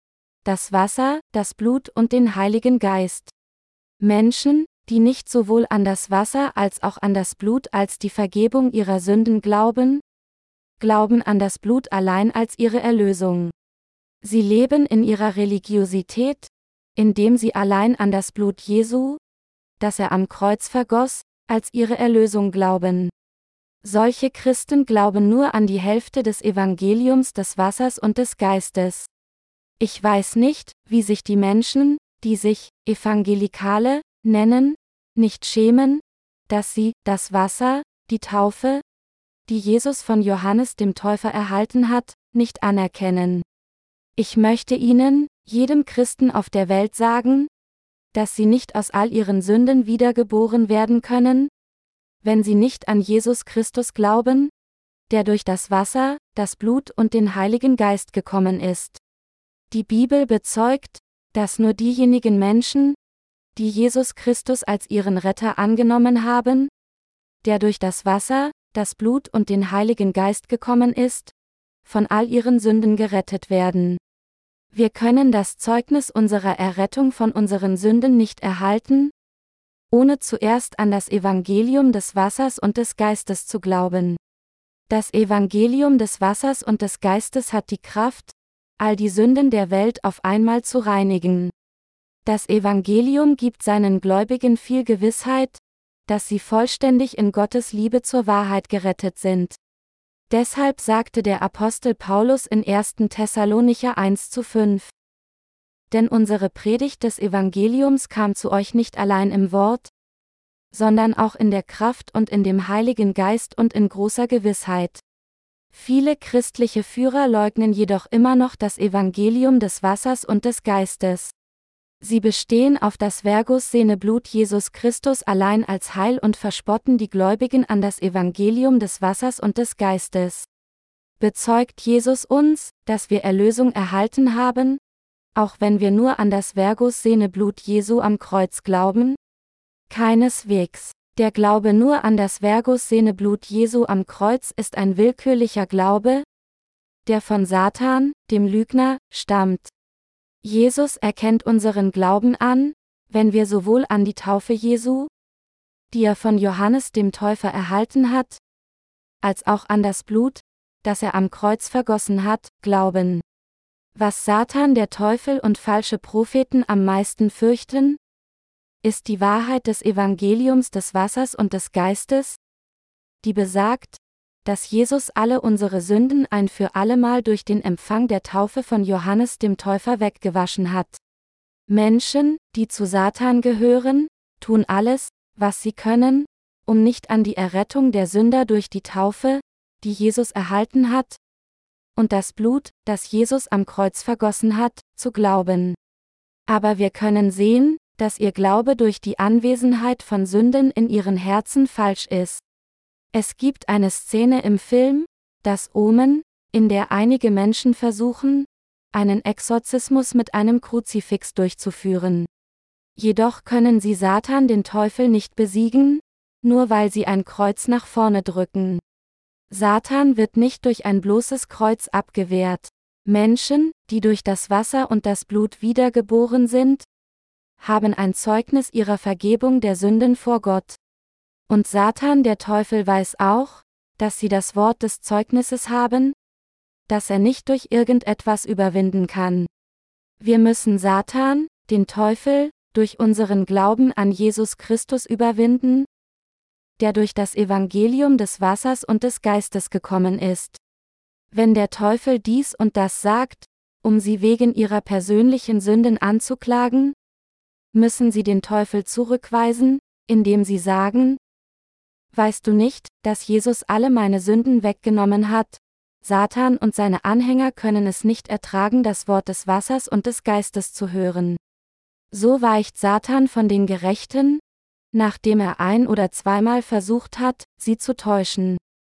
das Wasser, das Blut und den Heiligen Geist. Menschen, die nicht sowohl an das Wasser als auch an das Blut als die Vergebung ihrer Sünden glauben, glauben an das Blut allein als ihre Erlösung. Sie leben in ihrer Religiosität, indem sie allein an das Blut Jesu, das er am Kreuz vergoss, als ihre Erlösung glauben. Solche Christen glauben nur an die Hälfte des Evangeliums des Wassers und des Geistes. Ich weiß nicht, wie sich die Menschen, die sich Evangelikale nennen, nicht schämen, dass sie das Wasser, die Taufe, die Jesus von Johannes dem Täufer erhalten hat, nicht anerkennen. Ich möchte Ihnen, jedem Christen auf der Welt sagen, dass Sie nicht aus all Ihren Sünden wiedergeboren werden können, wenn Sie nicht an Jesus Christus glauben, der durch das Wasser, das Blut und den Heiligen Geist gekommen ist. Die Bibel bezeugt, dass nur diejenigen Menschen, die Jesus Christus als ihren Retter angenommen haben, der durch das Wasser, das Blut und den Heiligen Geist gekommen ist, von all ihren Sünden gerettet werden. Wir können das Zeugnis unserer Errettung von unseren Sünden nicht erhalten, ohne zuerst an das Evangelium des Wassers und des Geistes zu glauben. Das Evangelium des Wassers und des Geistes hat die Kraft, all die Sünden der Welt auf einmal zu reinigen. Das Evangelium gibt seinen Gläubigen viel Gewissheit, dass sie vollständig in Gottes Liebe zur Wahrheit gerettet sind. Deshalb sagte der Apostel Paulus in ersten Thessalonicher eins zu fünf: Denn unsere Predigt des Evangeliums kam zu euch nicht allein im Wort, sondern auch in der Kraft und in dem Heiligen Geist und in großer Gewissheit. Viele christliche Führer leugnen jedoch immer noch das Evangelium des Wassers und des Geistes. Sie bestehen auf das vergossene Blut Jesus Christus allein als Heil und verspotten die Gläubigen an das Evangelium des Wassers und des Geistes. Bezeugt Jesus uns, dass wir Erlösung erhalten haben, auch wenn wir nur an das vergossene Blut Jesu am Kreuz glauben? Keineswegs. Der Glaube nur an das vergossene Blut Jesu am Kreuz ist ein willkürlicher Glaube, der von Satan, dem Lügner, stammt. Jesus erkennt unseren Glauben an, wenn wir sowohl an die Taufe Jesu, die er von Johannes dem Täufer erhalten hat, als auch an das Blut, das er am Kreuz vergossen hat, glauben. Was Satan, der Teufel und falsche Propheten am meisten fürchten, ist die Wahrheit des Evangeliums des Wassers und des Geistes, die besagt, dass Jesus alle unsere Sünden ein für allemal durch den Empfang der Taufe von Johannes dem Täufer weggewaschen hat. Menschen, die zu Satan gehören, tun alles, was sie können, um nicht an die Errettung der Sünder durch die Taufe, die Jesus erhalten hat, und das Blut, das Jesus am Kreuz vergossen hat, zu glauben. Aber wir können sehen, dass ihr Glaube durch die Anwesenheit von Sünden in ihren Herzen falsch ist. Es gibt eine Szene im Film, das Omen, in der einige Menschen versuchen, einen Exorzismus mit einem Kruzifix durchzuführen. Jedoch können sie Satan, den Teufel, nicht besiegen, nur weil sie ein Kreuz nach vorne drücken. Satan wird nicht durch ein bloßes Kreuz abgewehrt. Menschen, die durch das Wasser und das Blut wiedergeboren sind, haben ein Zeugnis ihrer Vergebung der Sünden vor Gott. Und Satan, der Teufel, weiß auch, dass sie das Wort des Zeugnisses haben, das er nicht durch irgendetwas überwinden kann. Wir müssen Satan, den Teufel, durch unseren Glauben an Jesus Christus überwinden, der durch das Evangelium des Wassers und des Geistes gekommen ist. Wenn der Teufel dies und das sagt, um sie wegen ihrer persönlichen Sünden anzuklagen, müssen sie den Teufel zurückweisen, indem sie sagen: Weißt du nicht, dass Jesus alle meine Sünden weggenommen hat? Satan und seine Anhänger können es nicht ertragen, das Wort des Wassers und des Geistes zu hören. So weicht Satan von den Gerechten, nachdem er ein- oder zweimal versucht hat, sie zu täuschen.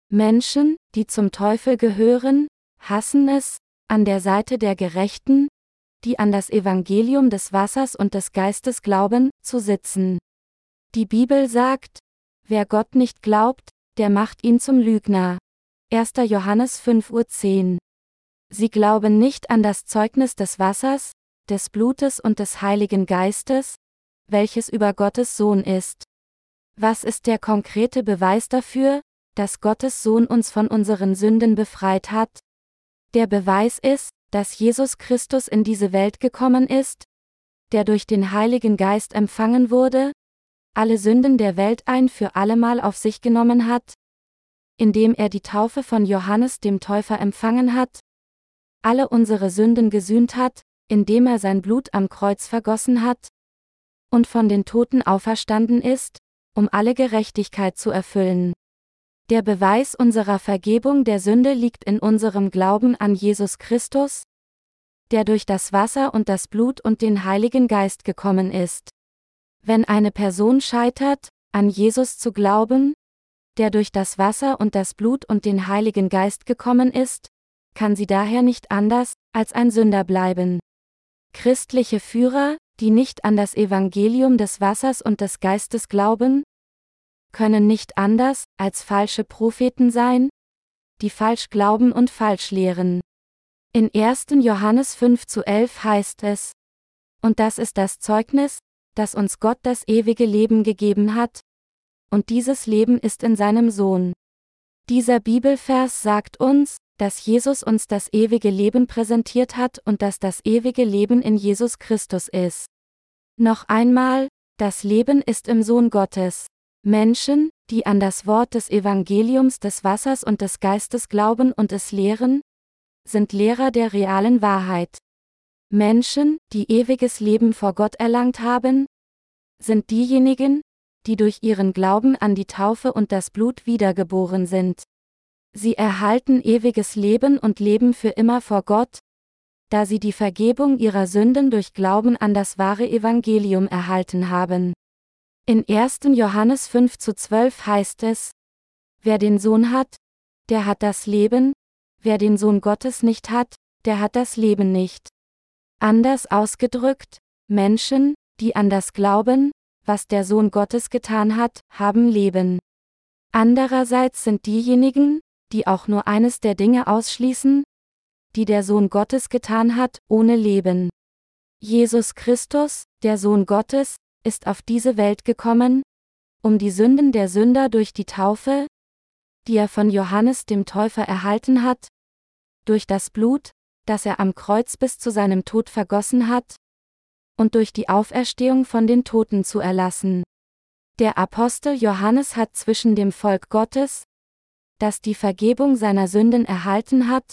Menschen, die zum Teufel gehören, hassen es, an der Seite der Gerechten, die an das Evangelium des Wassers und des Geistes glauben, zu sitzen. Die Bibel sagt, wer Gott nicht glaubt, der macht ihn zum Lügner. erster Johannes fünf Uhr zehn. Sie glauben nicht an das Zeugnis des Wassers, des Blutes und des Heiligen Geistes, welches über Gottes Sohn ist. Was ist der konkrete Beweis dafür, dass Gottes Sohn uns von unseren Sünden befreit hat? Der Beweis ist, dass Jesus Christus in diese Welt gekommen ist, der durch den Heiligen Geist empfangen wurde, alle Sünden der Welt ein für allemal auf sich genommen hat, indem er die Taufe von Johannes dem Täufer empfangen hat, alle unsere Sünden gesühnt hat, indem er sein Blut am Kreuz vergossen hat, und von den Toten auferstanden ist, um alle Gerechtigkeit zu erfüllen. Der Beweis unserer Vergebung der Sünde liegt in unserem Glauben an Jesus Christus, der durch das Wasser und das Blut und den Heiligen Geist gekommen ist. Wenn eine Person scheitert, an Jesus zu glauben, der durch das Wasser und das Blut und den Heiligen Geist gekommen ist, kann sie daher nicht anders, als ein Sünder bleiben. Christliche Führer, die nicht an das Evangelium des Wassers und des Geistes glauben, können nicht anders, als falsche Propheten sein, die falsch glauben und falsch lehren. In erster Johannes fünf zu elf heißt es: Und das ist das Zeugnis, dass uns Gott das ewige Leben gegeben hat, und dieses Leben ist in seinem Sohn. Dieser Bibelvers sagt uns, dass Jesus uns das ewige Leben präsentiert hat und dass das ewige Leben in Jesus Christus ist. Noch einmal, das Leben ist im Sohn Gottes. Menschen, die an das Wort des Evangeliums des Wassers und des Geistes glauben und es lehren, sind Lehrer der realen Wahrheit. Menschen, die ewiges Leben vor Gott erlangt haben, sind diejenigen, die durch ihren Glauben an die Taufe und das Blut wiedergeboren sind. Sie erhalten ewiges Leben und leben für immer vor Gott, da sie die Vergebung ihrer Sünden durch Glauben an das wahre Evangelium erhalten haben. In erster Johannes fünf zu zwölf heißt es: Wer den Sohn hat, der hat das Leben, wer den Sohn Gottes nicht hat, der hat das Leben nicht. Anders ausgedrückt, Menschen, die an das glauben, was der Sohn Gottes getan hat, haben Leben. Andererseits sind diejenigen, die auch nur eines der Dinge ausschließen, die der Sohn Gottes getan hat, ohne Leben. Jesus Christus, der Sohn Gottes, ist auf diese Welt gekommen, um die Sünden der Sünder durch die Taufe, die er von Johannes dem Täufer erhalten hat, durch das Blut, das er am Kreuz bis zu seinem Tod vergossen hat, und durch die Auferstehung von den Toten zu erlassen. Der Apostel Johannes hat zwischen dem Volk Gottes, das die Vergebung seiner Sünden erhalten hat,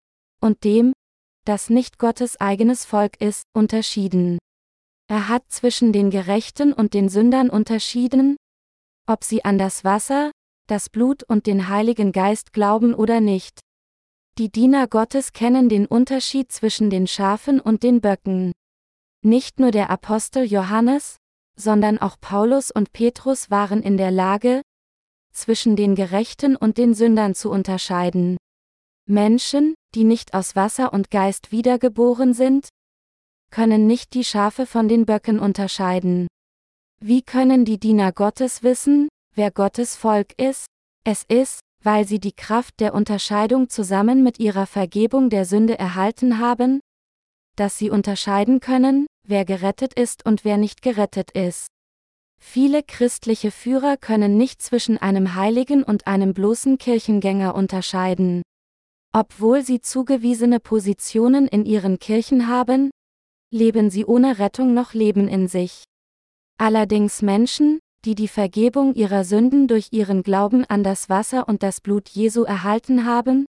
und dem, das nicht Gottes eigenes Volk ist, unterschieden. Er hat zwischen den Gerechten und den Sündern unterschieden, ob sie an das Wasser, das Blut und den Heiligen Geist glauben oder nicht. Die Diener Gottes kennen den Unterschied zwischen den Schafen und den Böcken. Nicht nur der Apostel Johannes, sondern auch Paulus und Petrus waren in der Lage, zwischen den Gerechten und den Sündern zu unterscheiden. Menschen, die nicht aus Wasser und Geist wiedergeboren sind, können nicht die Schafe von den Böcken unterscheiden. Wie können die Diener Gottes wissen, wer Gottes Volk ist? Es ist, weil sie die Kraft der Unterscheidung zusammen mit ihrer Vergebung der Sünde erhalten haben, dass sie unterscheiden können, wer gerettet ist und wer nicht gerettet ist. Viele christliche Führer können nicht zwischen einem Heiligen und einem bloßen Kirchengänger unterscheiden. Obwohl sie zugewiesene Positionen in ihren Kirchen haben, leben sie ohne Rettung noch Leben in sich. Allerdings Menschen, die die Vergebung ihrer Sünden durch ihren Glauben an das Wasser und das Blut Jesu erhalten haben,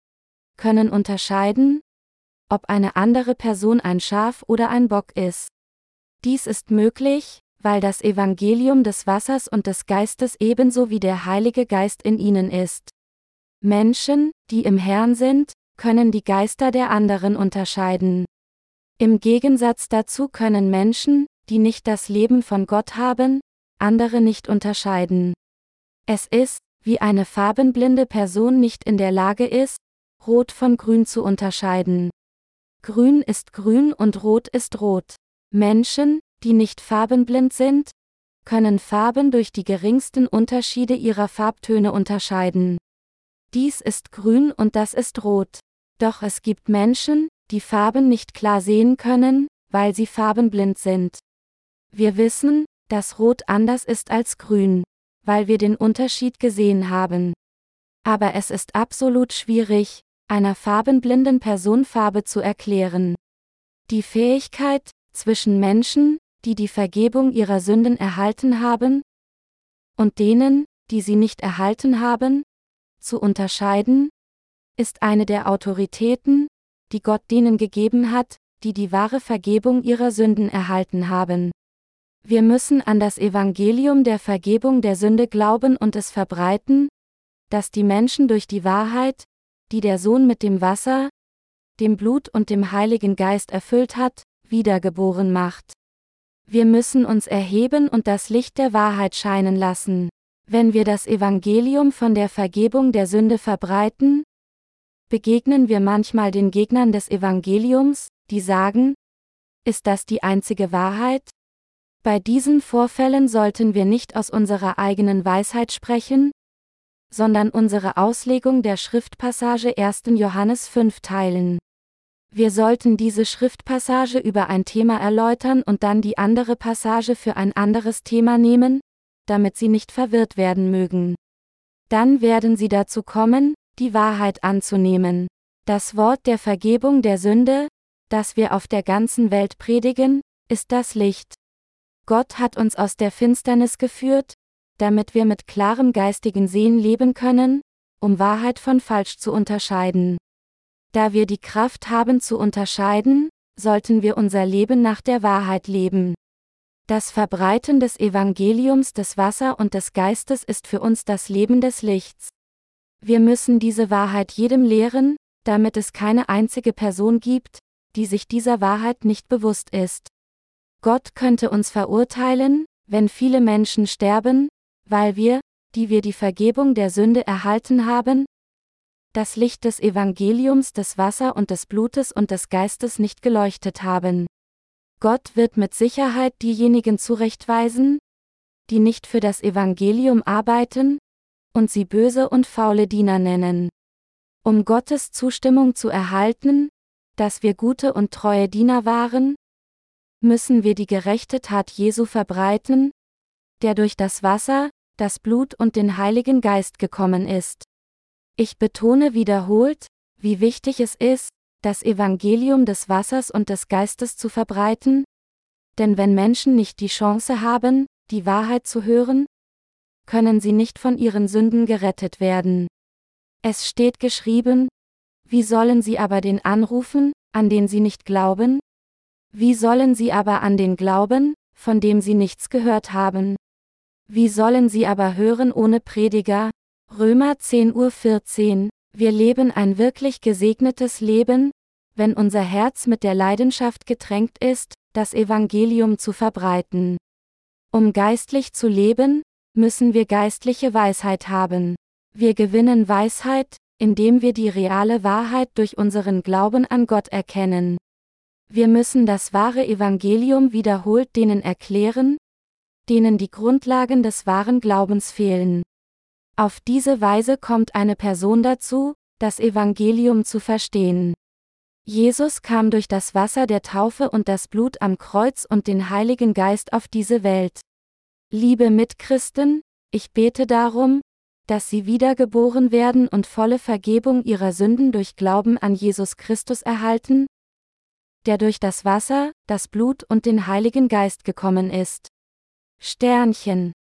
können unterscheiden, ob eine andere Person ein Schaf oder ein Bock ist. Dies ist möglich, weil das Evangelium des Wassers und des Geistes ebenso wie der Heilige Geist in ihnen ist. Menschen, die im Herrn sind, können die Geister der anderen unterscheiden. Im Gegensatz dazu können Menschen, die nicht das Leben von Gott haben, andere nicht unterscheiden. Es ist, wie eine farbenblinde Person nicht in der Lage ist, Rot von Grün zu unterscheiden. Grün ist grün und Rot ist rot. Menschen, die nicht farbenblind sind, können Farben durch die geringsten Unterschiede ihrer Farbtöne unterscheiden. Dies ist grün und das ist rot. Doch es gibt Menschen, die Farben nicht klar sehen können, weil sie farbenblind sind. Wir wissen, dass Rot anders ist als grün, weil wir den Unterschied gesehen haben. Aber es ist absolut schwierig, einer farbenblinden Person Farbe zu erklären. Die Fähigkeit, zwischen Menschen, die die Vergebung ihrer Sünden erhalten haben, und denen, die sie nicht erhalten haben, zu unterscheiden, ist eine der Autoritäten, die Gott denen gegeben hat, die die wahre Vergebung ihrer Sünden erhalten haben. Wir müssen an das Evangelium der Vergebung der Sünde glauben und es verbreiten, dass die Menschen durch die Wahrheit, die der Sohn mit dem Wasser, dem Blut und dem Heiligen Geist erfüllt hat, wiedergeboren macht. Wir müssen uns erheben und das Licht der Wahrheit scheinen lassen. Wenn wir das Evangelium von der Vergebung der Sünde verbreiten, begegnen wir manchmal den Gegnern des Evangeliums, die sagen, ist das die einzige Wahrheit? Bei diesen Vorfällen sollten wir nicht aus unserer eigenen Weisheit sprechen, sondern unsere Auslegung der Schriftpassage ersten Johannes fünf teilen. Wir sollten diese Schriftpassage über ein Thema erläutern und dann die andere Passage für ein anderes Thema nehmen, damit sie nicht verwirrt werden mögen. Dann werden sie dazu kommen, die Wahrheit anzunehmen. Das Wort der Vergebung der Sünde, das wir auf der ganzen Welt predigen, ist das Licht. Gott hat uns aus der Finsternis geführt, damit wir mit klarem geistigen Sehen leben können, um Wahrheit von falsch zu unterscheiden. Da wir die Kraft haben zu unterscheiden, sollten wir unser Leben nach der Wahrheit leben. Das Verbreiten des Evangeliums des Wasser und des Geistes ist für uns das Leben des Lichts. Wir müssen diese Wahrheit jedem lehren, damit es keine einzige Person gibt, die sich dieser Wahrheit nicht bewusst ist. Gott könnte uns verurteilen, wenn viele Menschen sterben, weil wir, die wir die Vergebung der Sünde erhalten haben, das Licht des Evangeliums des Wasser und des Blutes und des Geistes nicht geleuchtet haben. Gott wird mit Sicherheit diejenigen zurechtweisen, die nicht für das Evangelium arbeiten, und sie böse und faule Diener nennen. Um Gottes Zustimmung zu erhalten, dass wir gute und treue Diener waren, müssen wir die gerechte Tat Jesu verbreiten, der durch das Wasser, das Blut und den Heiligen Geist gekommen ist. Ich betone wiederholt, wie wichtig es ist, das Evangelium des Wassers und des Geistes zu verbreiten, denn wenn Menschen nicht die Chance haben, die Wahrheit zu hören, können sie nicht von ihren Sünden gerettet werden. Es steht geschrieben, wie sollen sie aber den anrufen, an den sie nicht glauben? Wie sollen sie aber an den glauben, von dem sie nichts gehört haben? Wie sollen sie aber hören ohne Prediger? Römer zehn Uhr vierzehn. Wir leben ein wirklich gesegnetes Leben, wenn unser Herz mit der Leidenschaft getränkt ist, das Evangelium zu verbreiten. Um geistlich zu leben, müssen wir geistliche Weisheit haben. Wir gewinnen Weisheit, indem wir die reale Wahrheit durch unseren Glauben an Gott erkennen. Wir müssen das wahre Evangelium wiederholt denen erklären, denen die Grundlagen des wahren Glaubens fehlen. Auf diese Weise kommt eine Person dazu, das Evangelium zu verstehen. Jesus kam durch das Wasser der Taufe und das Blut am Kreuz und den Heiligen Geist auf diese Welt. Liebe Mitchristen, ich bete darum, dass sie wiedergeboren werden und volle Vergebung ihrer Sünden durch Glauben an Jesus Christus erhalten, der durch das Wasser, das Blut und den Heiligen Geist gekommen ist. Sternchen.